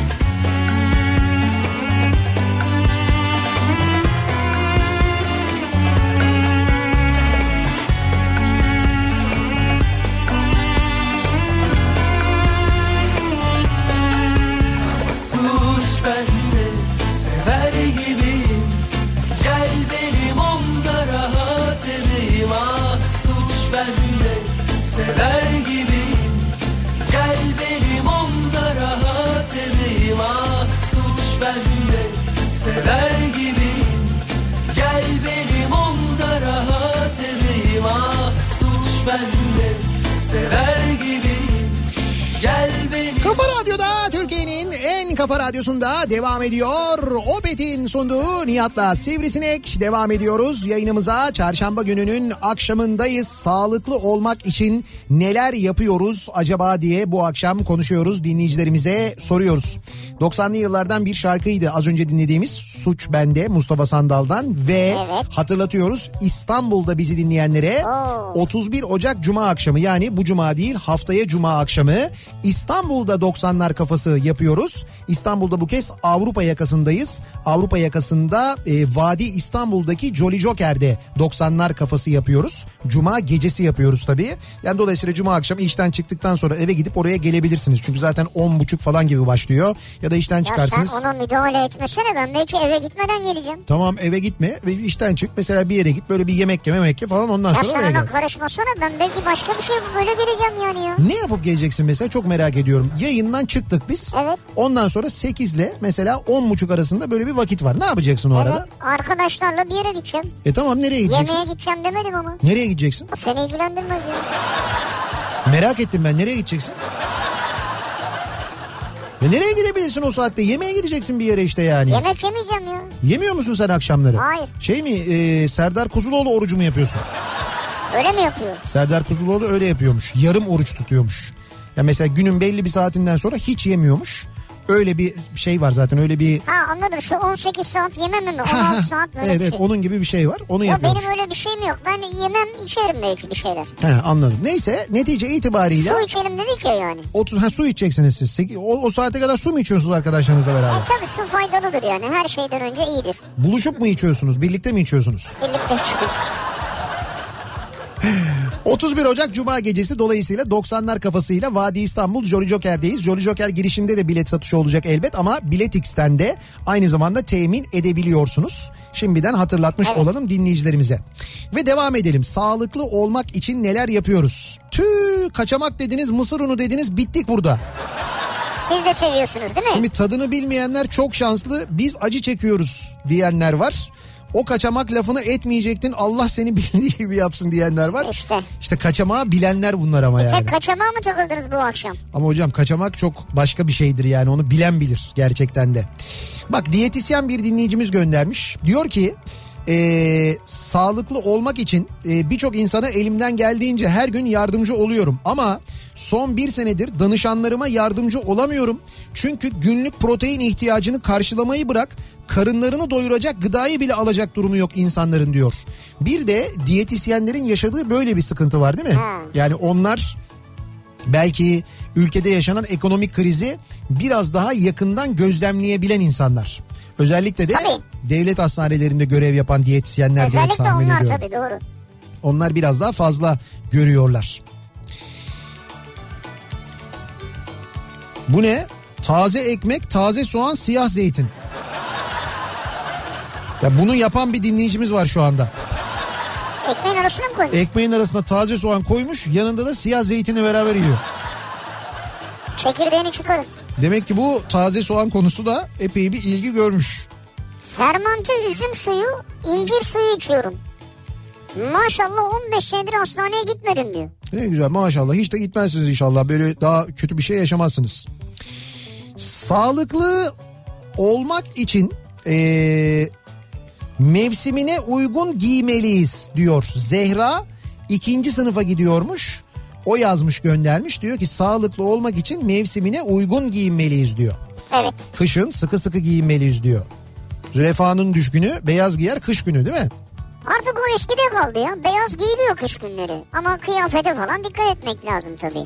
Ama suç bende, sever gibiyim. Gel benim onda rahat edeyim. Ah suç bende, sever gibiyim. Gel benim onda rahat edeyim. Ah suç bende, sever gibiyim. Gel benim onda rahat edeyim. Ah suç bende, sever gibiyim. Gel benim... Kafa Radyo'da, Türkiye'nin en kafa radyosunda devam ediyor. Opet'in sunduğu Nihat'la Sivrisinek devam ediyoruz. Yayınımıza çarşamba gününün akşamındayız. Sağlıklı olmak için neler yapıyoruz acaba diye bu akşam konuşuyoruz. Dinleyicilerimize soruyoruz. 90'lı yıllardan bir şarkıydı az önce dinlediğimiz Suç Bende, Mustafa Sandal'dan ve hatırlatıyoruz İstanbul'da bizi dinleyenlere 31 Ocak Cuma akşamı, yani bu Cuma değil haftaya Cuma akşamı İstanbul'da 90'lar kafası yapıyoruz. İstanbul'da bu kez Avrupa yakasındayız. Avrupa yakasında Vadi İstanbul'daki Jolly Joker'de 90'lar kafası yapıyoruz. Cuma gecesi yapıyoruz tabii. Yani dolayısıyla Cuma akşam işten çıktıktan sonra eve gidip oraya gelebilirsiniz. Çünkü zaten 10.30 falan gibi başlıyor. Ya da işten çıkarsınız. Ya sen ona müdahale etmesene, ben belki eve gitmeden geleceğim. Tamam, eve gitme ve işten çık. Mesela bir yere git, böyle bir yemek ye falan, ondan sonra oraya gel. Ya sen ona karışmasana, ben belki başka bir şey böyle geleceğim yani ya. Ne yapıp geleceksin mesela, çok merak ediyorum. Yayından çıktık biz. Evet. Ondan sonra 8 ile mesela 10.30 arasında böyle bir vakit var. Ne yapacaksın o arada? Arkadaşlarla bir yere gideceğim. Tamam, nereye gideceksin? Yemeğe gideceğim demedim ama. Nereye gideceksin? O seni ilgilendirmez ya. Merak ettim ben, nereye gideceksin? Ya nereye gidebilirsin o saatte? Yemeğe gideceksin bir yere işte yani. Yemek yemeyeceğim ya. Yemiyor musun sen akşamları? Hayır. Şey mi, Serdar Kuzuloğlu orucu mu yapıyorsun? Öyle mi yapıyor? Serdar Kuzuloğlu öyle yapıyormuş. Yarım oruç tutuyormuş. Ya mesela günün belli bir saatinden sonra hiç yemiyormuş. Öyle bir şey var zaten, öyle bir... Ha anladım, şu 18 saat yememe mi? 16 saat böyle evet, bir şey. onun gibi bir şey var. Onu ya yapıyormuş. benim öyle bir şeyim yok. Ben yemem, içerim belki bir şeyler. Anladım. Neyse, netice itibariyle... Su içelim dedik ya yani. Su içeceksiniz siz. O saate kadar su mu içiyorsunuz arkadaşlarınızla beraber? Tabii su faydalıdır yani. Her şeyden önce iyidir. Buluşup mu içiyorsunuz? Birlikte mi içiyorsunuz? Birlikte içiyoruz. 31 Ocak Cuma gecesi, dolayısıyla 90'lar kafasıyla Vadi İstanbul Jolly Joker'deyiz. Jolly Joker girişinde de bilet satışı olacak elbet ama Biletix'ten de aynı zamanda temin edebiliyorsunuz. Şimdiden hatırlatmış olalım dinleyicilerimize. Ve devam edelim. Sağlıklı olmak için neler yapıyoruz? Kaçamak dediniz, mısır unu dediniz, bittik burada. Siz de seviyorsunuz değil mi? Şimdi tadını bilmeyenler çok şanslı. Biz acı çekiyoruz diyenler var. O kaçamak lafını etmeyecektin, Allah seni bildiği gibi yapsın diyenler var. İşte kaçamağı bilenler bunlar ama yani. Tek kaçamağa mı takıldınız bu akşam? Ama hocam kaçamak çok başka bir şeydir yani, onu bilen bilir gerçekten de. Bak, diyetisyen bir dinleyicimiz göndermiş. Diyor ki sağlıklı olmak için birçok insana elimden geldiğince her gün yardımcı oluyorum. Ama son bir senedir danışanlarıma yardımcı olamıyorum. Çünkü günlük protein ihtiyacını karşılamayı bırak, karınlarını doyuracak gıdayı bile alacak durumu yok insanların diyor. Bir de diyetisyenlerin yaşadığı böyle bir sıkıntı var değil mi? Yani onlar belki ülkede yaşanan ekonomik krizi biraz daha yakından gözlemleyebilen insanlar. Özellikle de devlet hastanelerinde görev yapan diyetisyenler diye tahmin ediyorum. Özellikle onlar tabii, doğru. Onlar biraz daha fazla görüyorlar. Bu ne? Taze ekmek, taze soğan, siyah zeytin. Ya bunu yapan bir dinleyicimiz var şu anda. Ekmeğin arasına mı koymuş? Ekmeğin arasına taze soğan koymuş, yanında da siyah zeytini beraber yiyor. Çekirdeğini çıkarın. Demek ki bu taze soğan konusu da epey bir ilgi görmüş. Fermante üzüm suyu, incir suyu içiyorum. Maşallah 15 senedir hastaneye gitmedim diyor. Ne güzel, maşallah, hiç de gitmezsiniz inşallah, böyle daha kötü bir şey yaşamazsınız. Sağlıklı olmak için mevsimine uygun giymeliyiz diyor Zehra. 2. sınıfa gidiyormuş. O yazmış, göndermiş, diyor ki sağlıklı olmak için mevsimine uygun giyinmeliyiz diyor. Evet. Kışın sıkı sıkı giyinmeliyiz diyor. Züleyfa'nın düşkünü beyaz giyer kış günü değil mi? Artık o eskide kaldı ya. Beyaz giyiliyor kış günleri. Ama kıyafete falan dikkat etmek lazım tabii.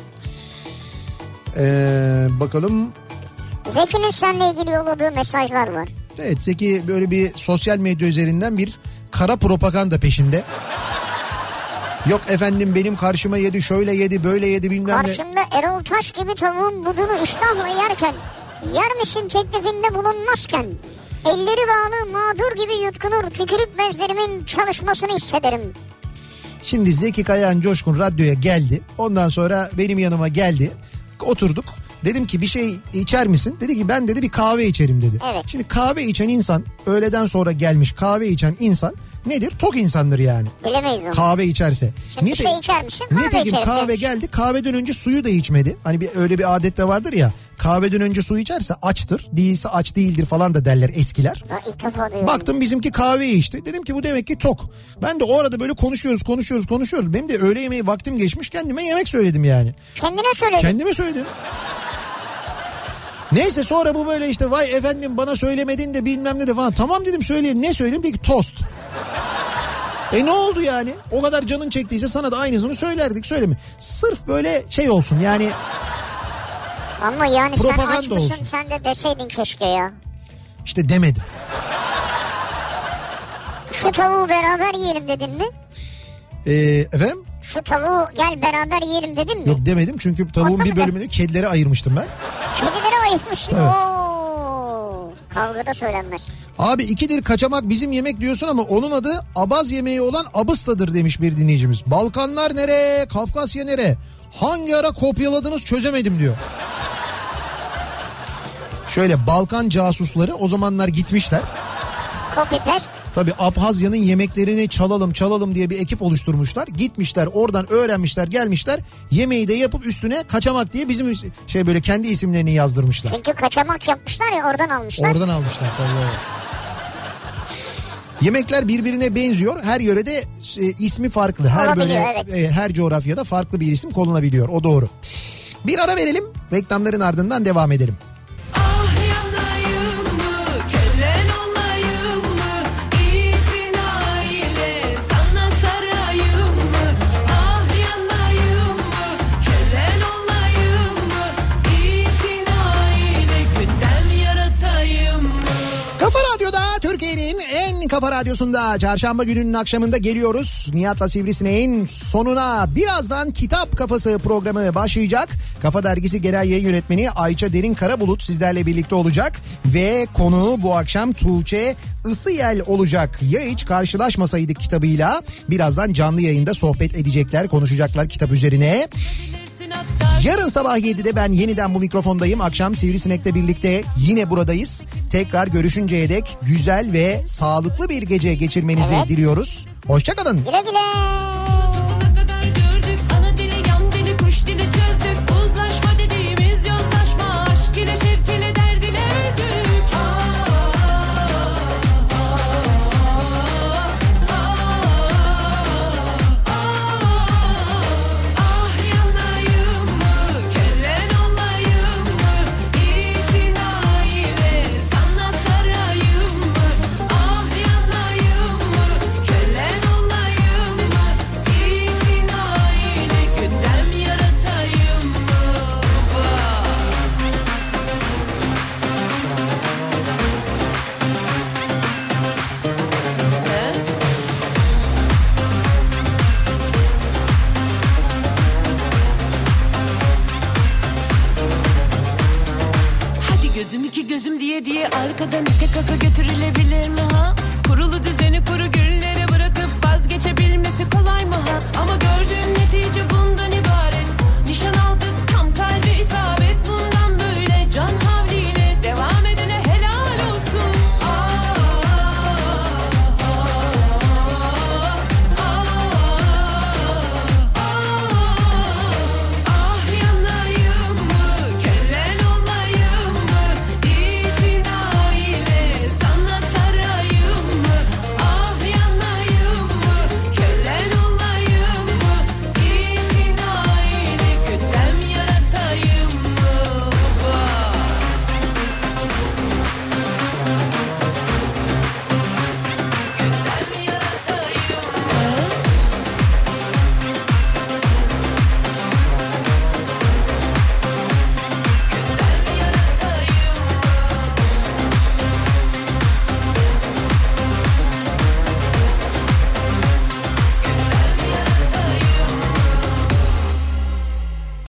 Bakalım. Zeki'nin seninle ilgili yolladığı mesajlar var. Evet, Zeki böyle bir sosyal medya üzerinden bir kara propaganda peşinde. Yok efendim benim karşıma yedi, şöyle yedi, böyle yedi, bilmem ne. Karşımda Erol Taş gibi tavuğun budunu iştahla yerken, yer misin teklifinde bulunmazken, elleri bağlı mağdur gibi yutkunur, tükürük bezlerimin çalışmasını hissederim. Şimdi Zeki Kayağan Coşkun radyoya geldi. Ondan sonra benim yanıma geldi. Oturduk. Dedim ki bir şey içer misin? Dedi ki ben dedi bir kahve içerim dedi. Evet. Şimdi kahve içen insan, öğleden sonra gelmiş kahve içen insan nedir? Tok insandır yani. Bilemeyiz onu. Kahve içerse. Şimdi bir şey içer misin? Kahve nitekim içerim kahve demiş. geldi, kahveden önce suyu da içmedi. Hani öyle bir adet de vardır ya. Kahveden önce su içerse açtır. Değilse aç değildir falan da derler eskiler. Ya ilk defa duyuyorum. Baktım bizimki kahveyi içti. Dedim ki bu demek ki tok. Ben de o arada böyle konuşuyoruz. Benim de öğle yemeği vaktim geçmiş, kendime yemek söyledim yani. Kendine söyledin. Kendime söyledim. Neyse sonra bu böyle işte vay efendim bana söylemedin de bilmem ne de falan. Tamam dedim, söyleyeyim. Ne söyleyeyim? Dedi ki tost. Ne oldu yani? O kadar canın çektiyse sana da aynısını söylerdik, söyleme. Sırf böyle şey olsun yani. Ama yani sen propaganda aç mısın, olsun. sen de deseydin keşke ya. İşte demedim. Şu tavuğu beraber yiyelim dedin mi? Efendim? Şu tavuğu gel beraber yiyelim dedin mi? Yok demedim çünkü tavuğun bir bölümünü kedilere ayırmıştım ben. Kedilere ayırmışsın. Evet. Oo. Kavgada söylenmez. Abi ikidir kaçamak bizim yemek diyorsun ama onun adı abaz yemeği olan abıstadır demiş bir dinleyicimiz. Balkanlar nere? Kafkasya nere? Hangi ara kopyaladınız çözemedim diyor. Şöyle Balkan casusları o zamanlar gitmişler. Copy paste. Tabii Abhazya'nın yemeklerini çalalım diye bir ekip oluşturmuşlar. Gitmişler oradan öğrenmişler, gelmişler. Yemeği de yapıp üstüne kaçamak diye bizim böyle kendi isimlerini yazdırmışlar. Çünkü kaçamak yapmışlar ya, oradan almışlar. Oradan almışlar tabii. Yemekler birbirine benziyor. Her yörede ismi farklı. Her evet. Her coğrafyada farklı bir isim konulabiliyor. O doğru. Bir ara verelim. Reklamların ardından devam edelim. Kafa Radyosu'nda çarşamba gününün akşamında geliyoruz. Nihat'la Sivrisinek'in sonuna. Birazdan Kitap Kafası programı başlayacak. Kafa Dergisi Genel Yayın Yönetmeni Ayça Derin Karabulut sizlerle birlikte olacak. Ve konu bu akşam Tuğçe Isıyel olacak. Ya hiç karşılaşmasaydık kitabıyla. Birazdan canlı yayında sohbet edecekler, konuşacaklar kitap üzerine. Yarın sabah 7'de ben yeniden bu mikrofondayım. Akşam Sivrisinek'le birlikte yine buradayız. Tekrar görüşünceye dek güzel ve sağlıklı bir gece geçirmenizi diliyoruz. Hoşçakalın. Güle güle. Gözüm iki gözüm diye diye arkadan ite kaka götürülebilir mi ha? Kurulu düzeni kuru güllere bırakıp vazgeçebilmesi kolay mı ha? Ama gördüğün netice bundan ibaret. Nişan aldı